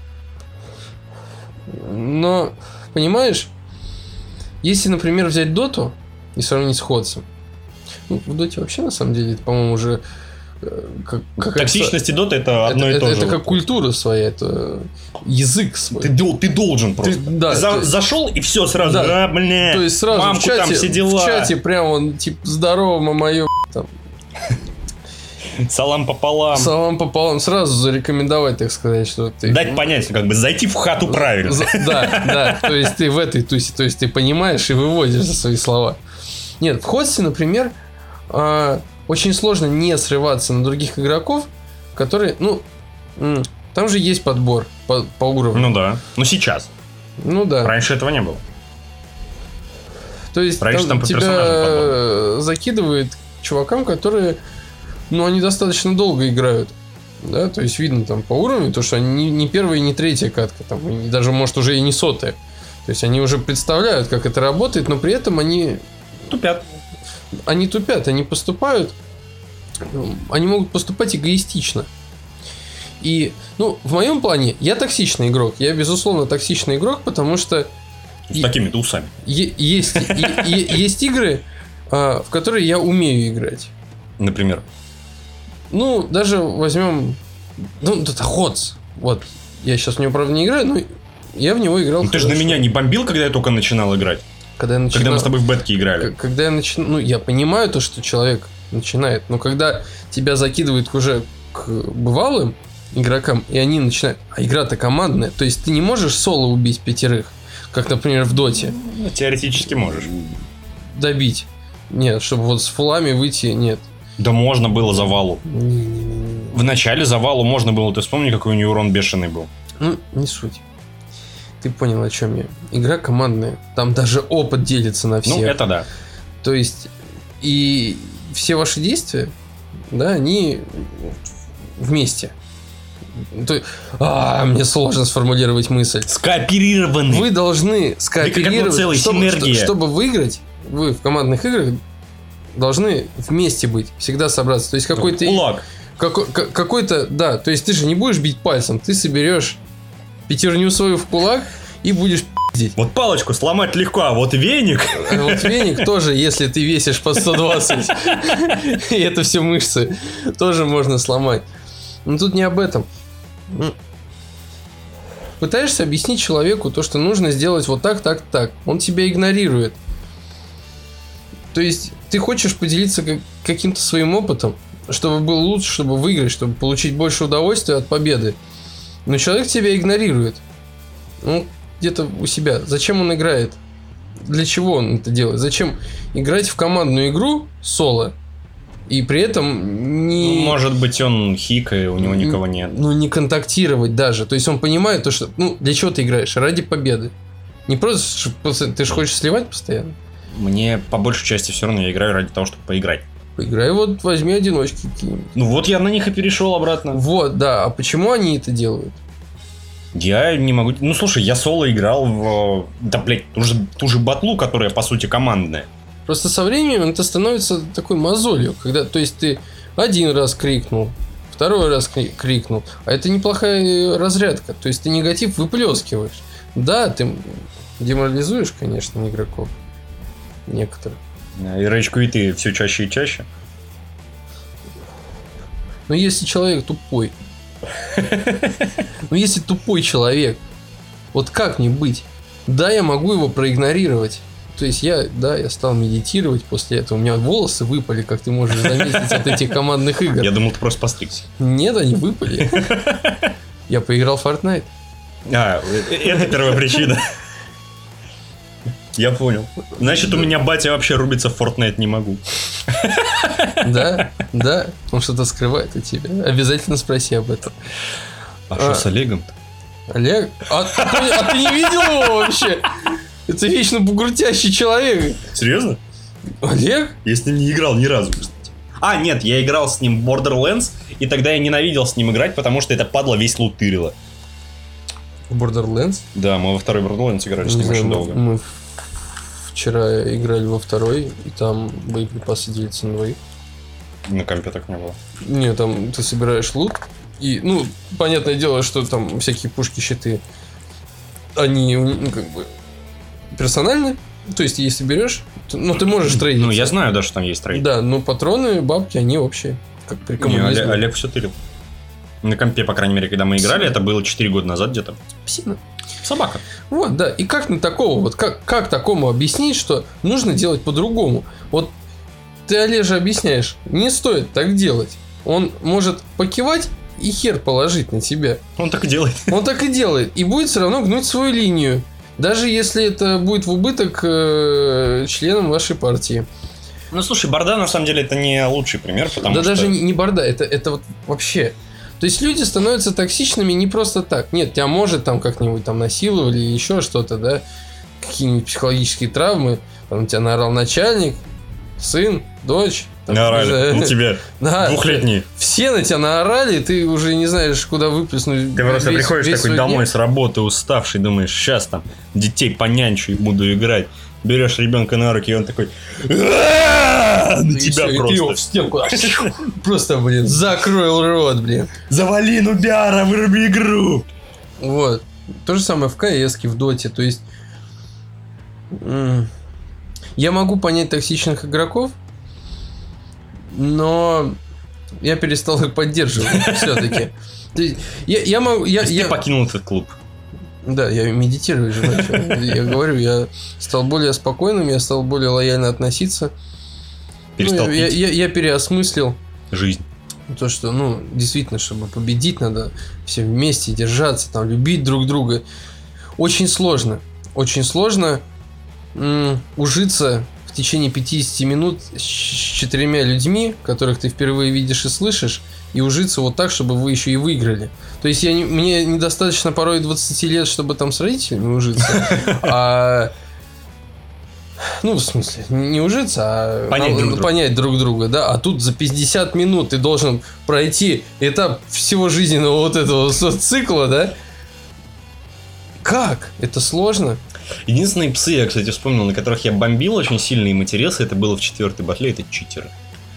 Но, понимаешь, если, например, взять Доту и сравнить с Ходсом, в Доте вообще, на самом деле, это, по-моему, уже... Токсичность и Дота это одно и то же. Это как культура своя, это язык свой. Ты должен просто. Зашел и все сразу. Да. Бля, то есть сразу мамку, в чате, там все дела. в чате прям он типа здорово, мое там. Салам пополам. Салам пополам. Сразу зарекомендовать, так сказать, что ты... Дать понять, как бы зайти в хату правильно. Да. То есть ты в этой тусе, то есть ты понимаешь и выводишь за свои слова. Нет, в Ходсе, например, очень сложно не срываться на других игроков, которые, там же есть подбор по уровню. Ну да. Ну сейчас. Ну да. Раньше этого не было. То есть раньше там по тебя закидывает чувакам, которые, они достаточно долго играют. Да, то есть видно там по уровню, то, что они не первая и не третья катка, там, и даже, может, уже и не сотая. То есть они уже представляют, как это работает, но при этом они... Тупят. Они тупят, они поступают, они могут поступать эгоистично. И, в моем плане, я токсичный игрок. Я, безусловно, токсичный игрок, потому что... С такими-то усами. Есть игры, в которые я умею играть. Например? Даже возьмем... это Ходс. Вот. Я сейчас в него, правда, не играю, но я в него играл. Ты же на меня не бомбил, когда я только начинал играть? Когда мы с тобой в бетке играли. Когда я начинаю... я понимаю то, что человек начинает, но когда тебя закидывают уже к бывалым игрокам, и они начинают... А игра-то командная, то есть ты не можешь соло убить 5, как, например, в Доте. Теоретически можешь. Добить. Нет, чтобы вот с фулами выйти, нет. Да можно было завалу. В начале завалу можно было. Ты вспомни, какой у нее урон бешеный был. Не суть. Ты понял, о чем я. Игра командная. Там даже опыт делится на всех. Это да. То есть, и все ваши действия, да, они вместе. Мне сложно сформулировать мысль. Скооперированы. Вы должны скооперировать, чтобы выиграть. Вы в командных играх должны вместе быть, всегда собраться. То есть какой-то... Кулак. Какой-то, да, то есть ты же не будешь бить пальцем, ты соберешь 5 свою в кулак и будешь пиздить. Вот палочку сломать легко, а вот веник... Вот веник тоже, если ты весишь по 120, и это все мышцы, тоже можно сломать. Но тут не об этом. Пытаешься объяснить человеку то, что нужно сделать вот так, так, так. Он тебя игнорирует. То есть ты хочешь поделиться каким-то своим опытом, чтобы было лучше, чтобы выиграть, чтобы получить больше удовольствия от победы. Но человек тебя игнорирует. Где-то у себя. Зачем он играет? Для чего он это делает? Зачем играть в командную игру соло? И при этом не... может быть, он хик, и у него никого нет. Не контактировать даже. То есть он понимает то, что... для чего ты играешь? Ради победы. Не просто... Ты же хочешь сливать постоянно? Мне по большей части все равно я играю ради того, чтобы поиграть. Поиграй, возьми одиночки какие-нибудь. Вот я на них и перешел обратно. Вот, да. А почему они это делают? Я не могу... слушай, я соло играл в... ту же батлу, которая, по сути, командная. Просто со временем это становится такой мозолью. Когда, то есть, ты один раз крикнул, второй раз крикнул. А это неплохая разрядка. То есть, ты негатив выплескиваешь. Да, ты деморализуешь, конечно, игроков. Некоторых. И рейдж-квиты все чаще и чаще. Но если человек тупой... если тупой человек, вот как мне быть? Да, я могу его проигнорировать. То есть я стал медитировать после этого. У меня волосы выпали, как ты можешь заметить, от этих командных игр. Я думал, ты просто постригся. Нет, они выпали. Я поиграл в Fortnite. Это первая причина. Я понял. Значит, у меня батя вообще рубиться в Fortnite не могу. Да, он что-то скрывает от тебя. Обязательно спроси об этом. А что с Олегом-то? Олег? А ты не видел его вообще? Это вечно бугуртящий человек. Серьезно? Олег? Я с ним не играл ни разу, кстати. Нет, я играл с ним в Borderlands, и тогда я ненавидел с ним играть, потому что это падла весь лут тырила. В Borderlands? Да, мы во второй Borderlands играли с ним очень долго. Мы вчера играли во второй, и там боеприпасы делятся на двоих. На компе так не было. Не, там ты собираешь лут, и, ну, понятное дело, что там всякие пушки, щиты, они, ну, как бы, персональны. То есть, если берешь, ну, ты можешь трейдиться. Ну, я знаю, да, что там есть трейд. Да, но патроны, бабки, они общие. Как при коммунизме. Не, Олег все тырил. На компе, по крайней мере, когда мы играли, это было 4 года назад где-то. Псина. Собака. Вот, да. И как на такого, вот как такому объяснить, что нужно делать по-другому? Вот ты Олеже объясняешь, не стоит так делать. Он может покивать и хер положить на тебя. Он так и делает. Он так и делает. И будет все равно гнуть свою линию. Даже если это будет в убыток членам вашей партии. Ну, слушай, Борда, на самом деле, это не лучший пример, потому да что... даже не Борда, это вот вообще... То есть люди становятся токсичными не просто так. Нет, тебя может там как-нибудь там насиловали или еще что-то, да, какие-нибудь психологические травмы, там тебя наорал начальник, сын, дочь. Там, наорали, на тебя, да, двухлетний. Все на тебя наорали, ты уже не знаешь, куда выплеснуть. Ты просто приходишь такой домой с работы, уставший, думаешь, сейчас там детей понянчу и буду играть. Берешь ребенка на руки, и он такой... На тебя просто. И ты его в стенку. Просто, блин, закрой рот, блин. Завали нубяра, выруби игру. Вот. То же самое в КС-ке, в Доте. То есть... Я могу понять токсичных игроков, но я перестал их поддерживать все-таки. Я могу... Ты покинул этот клуб. Да, я медитирую же начал. Я говорю, я стал более спокойным, я стал более лояльно относиться. Перестал пить. Я переосмыслил жизнь. То, что, ну, действительно, чтобы победить, надо все вместе держаться, там, любить друг друга. Очень сложно. Очень сложно ужиться в течение 50 минут с 4 людьми, которых ты впервые видишь и слышишь, и ужиться вот так, чтобы вы еще и выиграли. То есть мне недостаточно порой 20 лет, чтобы там с родителями ужиться, а... Ну, в смысле, не ужиться, а понять друг друга, да. А тут за 50 минут ты должен пройти этап всего жизненного вот этого цикла, да. Как? Это сложно. Единственные псы, я, кстати, вспомнил, на которых я бомбил очень сильно и матерился, это было в 4-й батле, это читеры.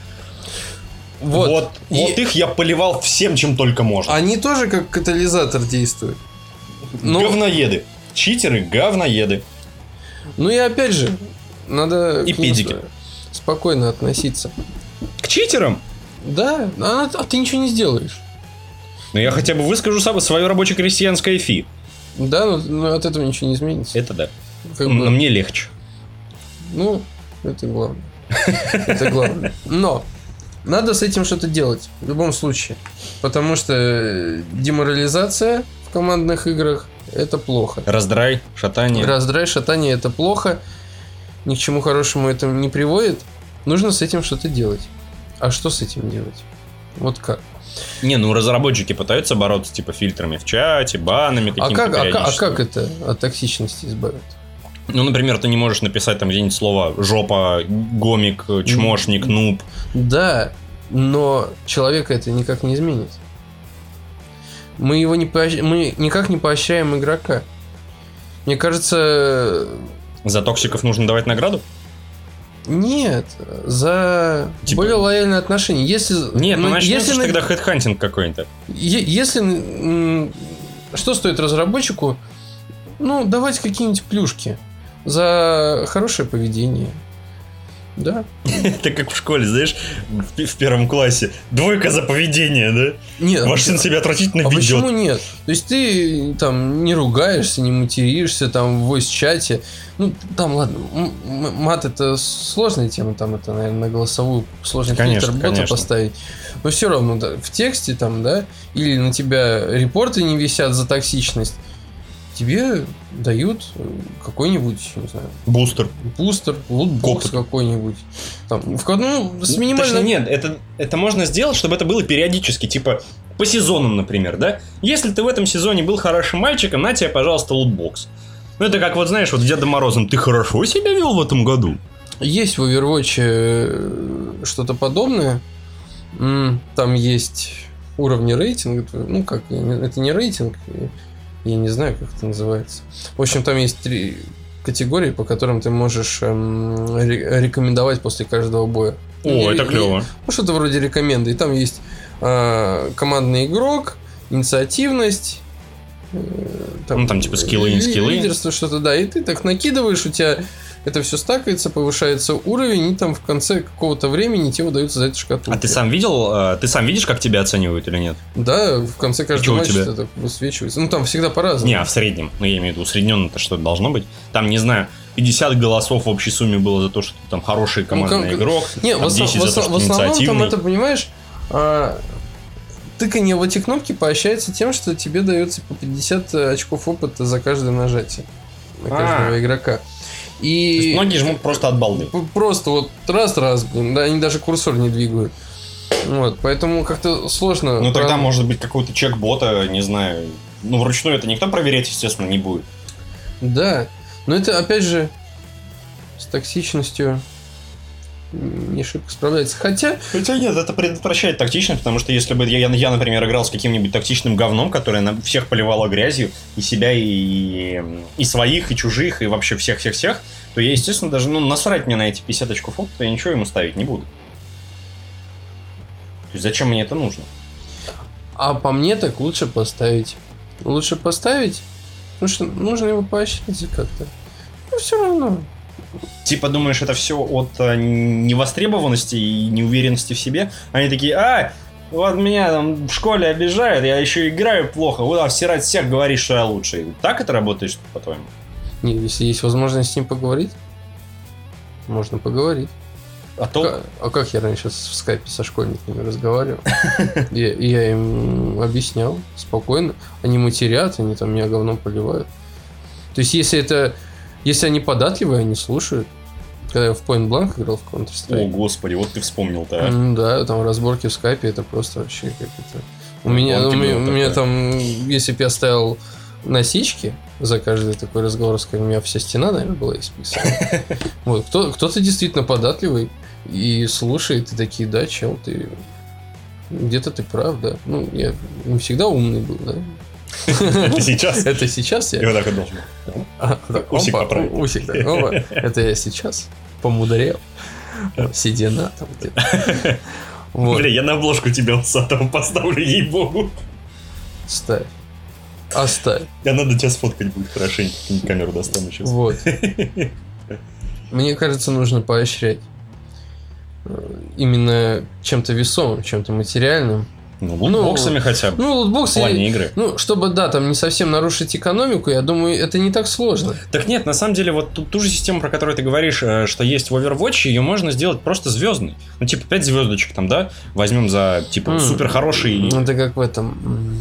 Вот их я поливал всем, чем только можно. Они тоже как катализатор действуют. Говноеды. Читеры, говноеды. Ну и опять же, надо и педики. Спокойно относиться. К читерам? Да, а ты ничего не сделаешь. Но я хотя бы выскажу свое рабоче-крестьянское фи. Да, но от этого ничего не изменится. Это да. Но мне легче. Ну, это главное. Это главное. Но надо с этим что-то делать. В любом случае. Потому что деморализация в командных играх — это плохо. Раздрай, шатание. Раздрай, шатание — это плохо. Ни к чему хорошему это не приводит. Нужно с этим что-то делать. А что с этим делать? Вот как? Не, ну разработчики пытаются бороться типа фильтрами в чате, банами какими-то. А как это от токсичности избавить? Ну, например, ты не можешь написать там где-нибудь слово жопа, гомик, чмошник, нуб. Да, но человека это никак не изменит. Мы никак не поощряем игрока. Мне кажется... За токсиков нужно давать награду? Нет, за более лояльные отношения. Нет, ну начнется тогда хедхантинг какой-то. Если... Что стоит разработчику? Ну, давать какие-нибудь плюшки за хорошее поведение. Да. Это как в школе, знаешь, в 1 классе. 2 за поведение, да? Нет. Ваш сын себя отвратительно ведет. Почему нет? То есть ты там не ругаешься, не материшься там в войс-чате. Ну, там, ладно, мат — это сложная тема, там это, наверное, на голосовую сложный фильтр бота поставить. Но все равно, да, в тексте там, да, или на тебя репорты не висят за токсичность, тебе дают какой-нибудь, не знаю... Бустер, лутбокс какой-нибудь. Там, с минимальной... Точнее, нет, это можно сделать, чтобы это было периодически, типа по сезонам, например, да? Если ты в этом сезоне был хорошим мальчиком, на тебе, пожалуйста, лутбокс. Ну, это как вот, знаешь, вот Дедом Морозом, ты хорошо себя вел в этом году? Есть в Overwatch что-то подобное. Там есть уровни рейтинга. Ну, как, это не рейтинг. Я не знаю, как это называется. В общем, там есть 3 категории, по которым ты можешь рекомендовать после каждого боя. Это клево. Ну, что-то вроде рекоменды. И там есть командный игрок, инициативность. Там типа скиллы, не скиллы. Лидерство, что-то, да. И ты так накидываешь, у тебя это все стакается, повышается уровень, и там в конце какого-то времени тебе удается за это шкатулку. А ты сам видишь, как тебя оценивают или нет? Да, в конце каждого матча это так высвечивается. Ну, там всегда по-разному. Не, а в среднем. Ну, я имею в виду, усредненно-то что-то должно быть. Там, не знаю, 50 голосов в общей сумме было за то, что ты там хороший командный игрок. Не, в основном там это, понимаешь, тыканье в эти кнопки поощряется тем, что тебе дается по 50 очков опыта за каждое нажатие на каждого игрока. И то есть многие жмут просто от балды. Просто вот раз, блин, да, они даже курсор не двигают. Вот, поэтому как-то сложно. Ну, тогда может быть какой-то чек-бота, не знаю. Ну, вручную это никто проверять, естественно, не будет. Да, но это, опять же, с токсичностью не шибко справляется. Хотя нет, это предотвращает токсичность, потому что если бы я, например, играл с каким-нибудь токсичным говном, которое на всех поливало грязью, и себя, и своих, и чужих, и вообще всех-всех-всех, то я, естественно, даже насрать мне на эти 50 очков опыта, я ничего ему ставить не буду. То есть зачем мне это нужно? А по мне так лучше поставить. Лучше поставить, потому что нужно его поощрять как-то. Ну, все равно. Типа думаешь, это все от невостребованности и неуверенности в себе? Они такие, вот меня там в школе обижают, я еще играю плохо, вот всирать всех говоришь, что я лучший. Так это работает, по-твоему? Нет, если есть возможность с ним поговорить, можно поговорить. А как я раньше в скайпе со школьниками разговаривал? Я им объяснял спокойно. Они матерят, они там меня говном поливают. То есть, если они податливые, они слушают. Когда я в Point Blank играл в Counter-Strike. О, господи, вот ты вспомнил-то, а? Да, там разборки в скайпе, это просто вообще как-то... У меня там, если бы я ставил носички за каждый такой разговор, скажем, у меня вся стена, наверное, была исписана. Вот, кто-то действительно податливый и слушает, и такие, да, чел, ты... Где-то ты прав, да. Ну, я не всегда умный был, да. Это сейчас? Это сейчас я... И вот так вот должен. Усик поправить. Усик, да. Это я сейчас помудрел. Седина там где-то. Бля, я на обложку тебя усатого поставлю, ей-богу. Ставь. Оставь. А надо тебя сфоткать будет хорошенько. Камеру достану сейчас. Вот. Мне кажется, нужно поощрять. Именно чем-то весомым, чем-то материальным. Ну, лутбоксами хотя бы. Ну, лутбоксы. В плане игры. Ну, чтобы, да, там не совсем нарушить экономику, я думаю, это не так сложно. Так нет, на самом деле, вот ту же систему, про которую ты говоришь, что есть в Overwatch, ее можно сделать просто звездной. Ну, типа, 5 звездочек там, да? Возьмем за, типа, супер хороший... Это как в этом...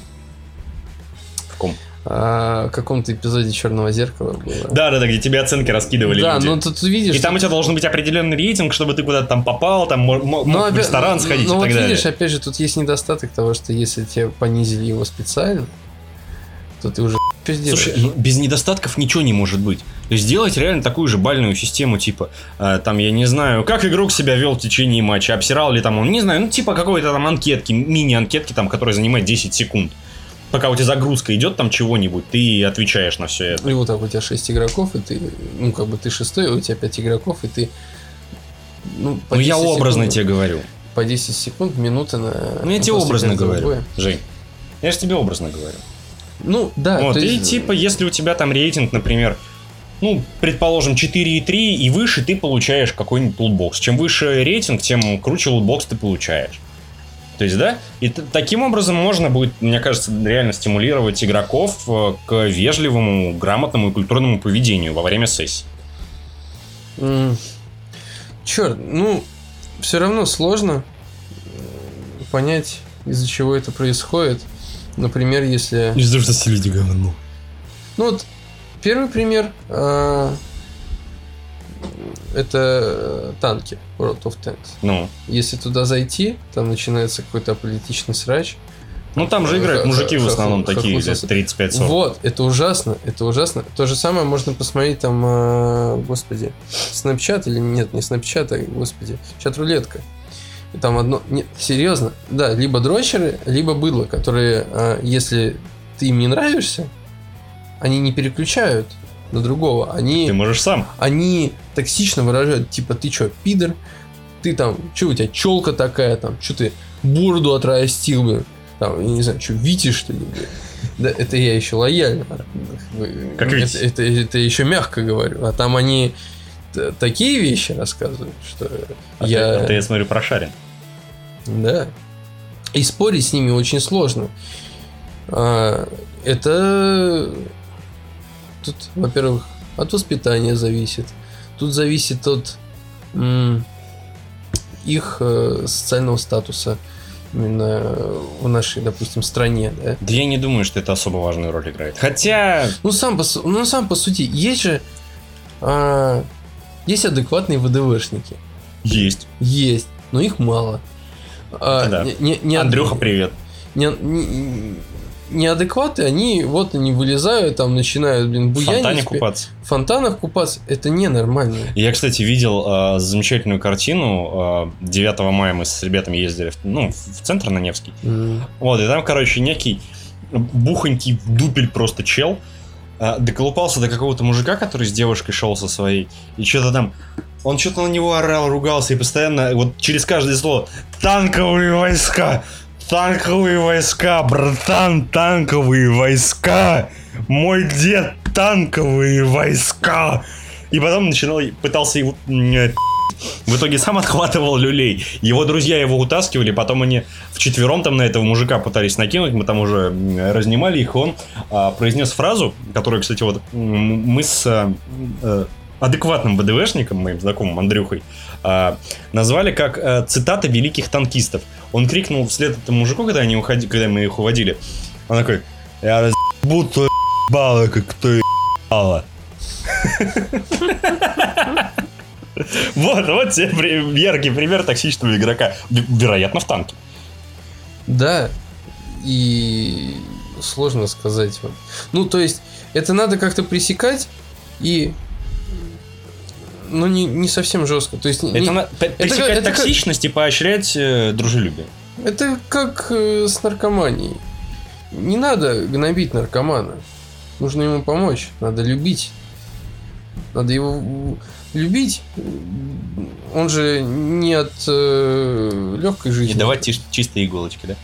В ком? В каком-то эпизоде «Черного зеркала» было. Да, где тебе оценки раскидывали люди. Да, ну тут видишь... И там у тебя должен быть определенный рейтинг, чтобы ты куда-то там попал, там мог в ресторан сходить и так далее. Ну вот видишь, опять же, тут есть недостаток того, что если тебе понизили его специально, то ты уже что сделаешь? Слушай, без недостатков ничего не может быть. То есть сделать реально такую же бальную систему, типа, там, я не знаю, как игрок себя вел в течение матча, обсирал ли там он, не знаю, ну типа какой-то там анкетки, мини-анкетки, там, которые занимают 10 секунд. Пока у тебя загрузка идет там чего-нибудь, ты отвечаешь на все это. И вот так у тебя 6 игроков, и ты, ну, как бы ты шестой, а у тебя 5 игроков, и ты... Ну, я образно тебе говорю. По 10 секунд, минуты на... Ну, я тебе образно говорю, Жень. Я же тебе образно говорю. Ну, да. Вот, и типа, если у тебя там рейтинг, например, ну, предположим, 4,3 и выше, ты получаешь какой-нибудь лутбокс. Чем выше рейтинг, тем круче лутбокс ты получаешь. То есть, да? И таким образом можно будет, мне кажется, реально стимулировать игроков к вежливому, грамотному и культурному поведению во время сессии. Черт, ну, все равно сложно понять, из-за чего это происходит. Например, если... Из-за того, что все люди говно. Ну, вот, первый пример... это танки, World of Tanks. Ну. Если туда зайти, там начинается какой-то аполитичный срач. Ну, там же играют мужики в основном такие, 35-40. Вот, это ужасно, это ужасно. То же самое можно посмотреть там, господи, Snapchat или нет, не Snapchat, а, господи, чат-рулетка. И там одно... Нет, серьезно, да, либо дрочеры, либо быдло, которые, если ты им не нравишься, они не переключают на другого. Ты можешь сам. Они токсично выражают, типа, ты чё, пидор? Ты там, чё у тебя челка такая, там, чё ты бороду отрастил, блин? Там, я не знаю, чё, Витя, что ли, блин? Да, это я еще лояльно. Как это еще мягко говорю. А там они такие вещи рассказывают, что я смотрю, прошарен. Да. И спорить с ними очень сложно. Это тут, во-первых, от воспитания зависит. Тут зависит от их социального статуса именно в нашей, допустим, стране. Да? Да я не думаю, что это особо важную роль играет. Хотя... сам по сути, есть же есть адекватные ВДВшники. Есть, но их мало. да. Андрюха, привет. Неадекваты, они вылезают, там начинают, буянить. В фонтанах купаться. Это ненормально. Я, кстати, видел замечательную картину. 9 мая мы с ребятами ездили в центр на Невский. Вот, и там, короче, некий бухонький дупель просто чел доколупался до какого-то мужика, который с девушкой шел со своей. И что-то там... Он что-то на него орал, ругался, и постоянно вот через каждое слово: танковые войска! Танковые войска, братан, танковые войска! Мой дед, танковые войска! И потом пытался его... В итоге сам отхватывал люлей. Его друзья его утаскивали, потом они вчетвером там на этого мужика пытались накинуть, мы там уже разнимали их, он произнес фразу, которую, кстати, вот мы с адекватным ВДВшником, моим знакомым Андрюхой, назвали как цитата великих танкистов. Он крикнул вслед этому мужику, когда мы их уводили. Он такой: я разъебу твою ебало, как кто ебало. Вот тебе яркий пример токсичного игрока. Вероятно, в танке. Да. И сложно сказать. То есть, это надо как-то пресекать и... не совсем жестко. То есть, пресекать токсичность и поощрять дружелюбие. Это как с наркоманией. Не надо гнобить наркомана. Нужно ему помочь. Надо любить. Надо его любить. Он же не от легкой жизни. И давать чистые иголочки, да?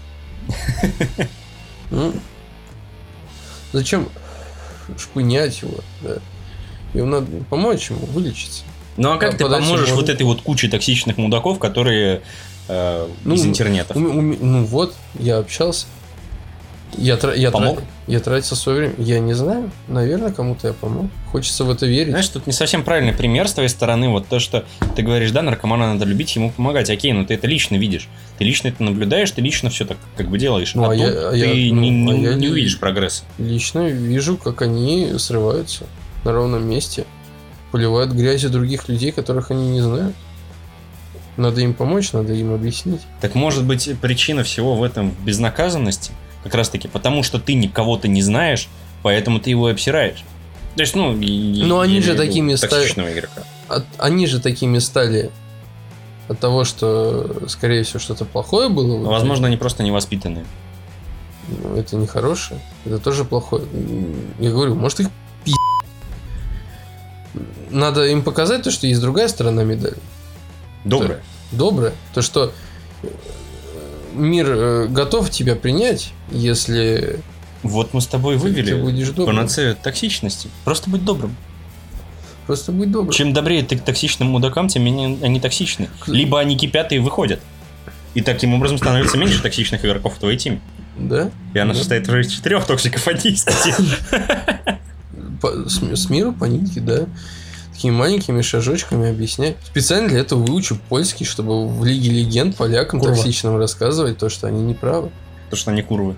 Зачем шпынять его? Да? Ему надо помочь ему вылечиться. Ну а как ты поможешь вот этой вот куче токсичных мудаков, которые из интернета? Я общался. Помог? Я тратил свое время. Я не знаю. Наверное, кому-то я помог. Хочется в это верить. Знаешь, тут не совсем правильный пример с твоей стороны. Вот то, что ты говоришь, да, наркомана надо любить, ему помогать. Окей, но ты это лично видишь. Ты лично это наблюдаешь, ты лично все так как бы делаешь. Ты не увидишь прогресса. Лично вижу, как они срываются на ровном месте. Поливают грязью других людей, которых они не знают. Надо им помочь, надо им объяснить. Так может быть, причина всего в этом в безнаказанности? Как раз таки потому, что ты никого-то не знаешь, поэтому ты его обсираешь. То есть, они же такими стали. Они же такими стали от того, что, скорее всего, что-то плохое было. Возможно, они просто невоспитанные. Это не хорошее. Это тоже плохое. Я говорю, может, их надо им показать то, что есть другая сторона медали. Добрая. То, что мир готов тебя принять, если... Вот мы с тобой вывели панацею токсичности. Просто будь добрым. Чем добрее ты к токсичным мудакам, тем менее они токсичны. Либо они кипят и выходят. И таким образом становится меньше токсичных игроков в твоей теме. Да. И она состоит уже из 4 токсиков, а не из 5. С миру по нитке, да. Такими маленькими шажочками объяснять. Специально для этого выучу польский, чтобы в Лиге Легенд полякам токсичным рассказывать то, что они не правы. То, что они курвы.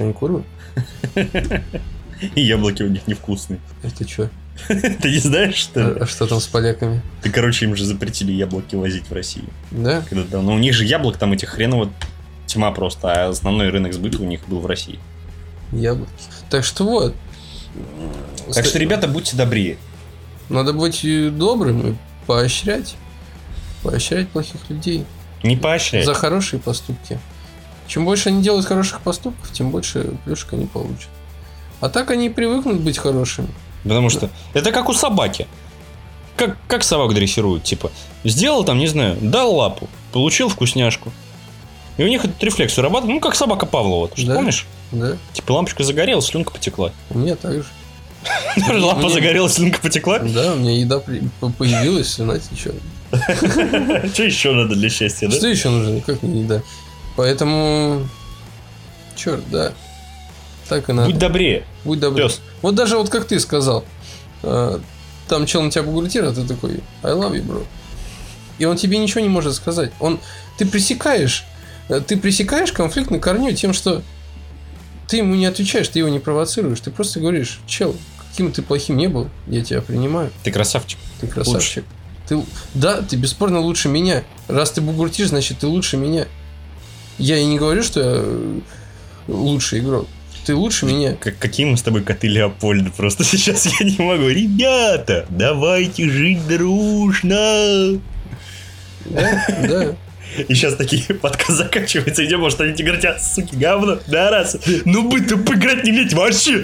И яблоки у них невкусные. Это что? Ты не знаешь, что ли? А что там с поляками? Да, короче, им же запретили яблоки возить в Россию. Да? Но у них же яблок там этих хреново тьма просто, а основной рынок сбыта у них был в России. Яблоки. Так что вот. Так что, ребята, будьте добрее. Надо быть добрым и поощрять. Поощрять плохих людей. Не поощрять. За хорошие поступки. Чем больше они делают хороших поступков, тем больше плюшек они получат. А так они привыкнут быть хорошими. Потому что это как у собаки. Как собак дрессируют, типа, сделал там, не знаю, дал лапу, получил вкусняшку. И у них этот рефлекс вырабатывает, ну, как собака Павлова, ты же помнишь? Да. Типа, лампочка загорелась, слюнка потекла. У меня так же. Лампа загорелась, слюнка потекла? Да, у меня еда появилась, слюна течет. Что еще надо для счастья, да? Что еще нужно? Никак не еда. Поэтому... Черт, да. Так и надо. Будь добрее. Будь добрее. Пес. Вот даже вот как ты сказал. Там чел на тебя бугуртирует, а ты такой I love you, bro. И он тебе ничего не может сказать. Ты пресекаешь конфликт на корню тем, что ты ему не отвечаешь, ты его не провоцируешь. Ты просто говоришь, чел, каким ты плохим не был, я тебя принимаю. Ты красавчик. Ты красавчик. Ты бесспорно лучше меня. Раз ты бугуртишь, значит ты лучше меня. Я и не говорю, что я лучший игрок. Ты лучше меня. Какие мы с тобой коты Леопольда. Просто сейчас я не могу. Ребята, давайте жить дружно. Да. И сейчас такие подкаст заканчивается, идем, может, они тебе говорят, суки, говно, да, раз. Ну вы-то поиграть не лезь вообще.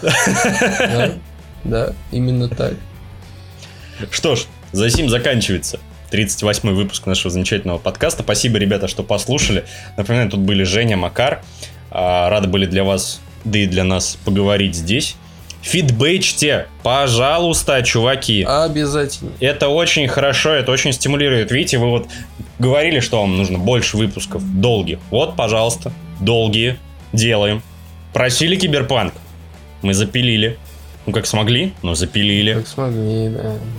Да, именно так. Что ж, за сим заканчивается 38-й выпуск нашего замечательного подкаста. Спасибо, ребята, что послушали. Напоминаю, тут были Женя, Макар. Рады были для вас, да и для нас поговорить здесь. Фидбэчьте, пожалуйста, чуваки. Обязательно. Это очень хорошо, это очень стимулирует. Видите, вы вот говорили, что вам нужно больше выпусков долгих. Вот, пожалуйста, долгие делаем. Просили Киберпанк. Мы запилили. Ну, как смогли, но запилили. Как смогли,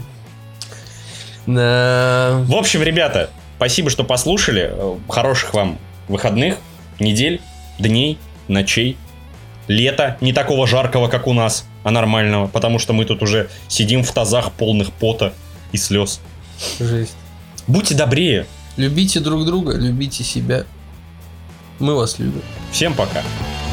да. В общем, ребята, спасибо, что послушали. Хороших вам выходных, недель, дней, ночей. Лета не такого жаркого, как у нас, а нормального, потому что мы тут уже сидим в тазах полных пота и слез. Жесть. Будьте добрее. Любите друг друга, любите себя. Мы вас любим. Всем пока.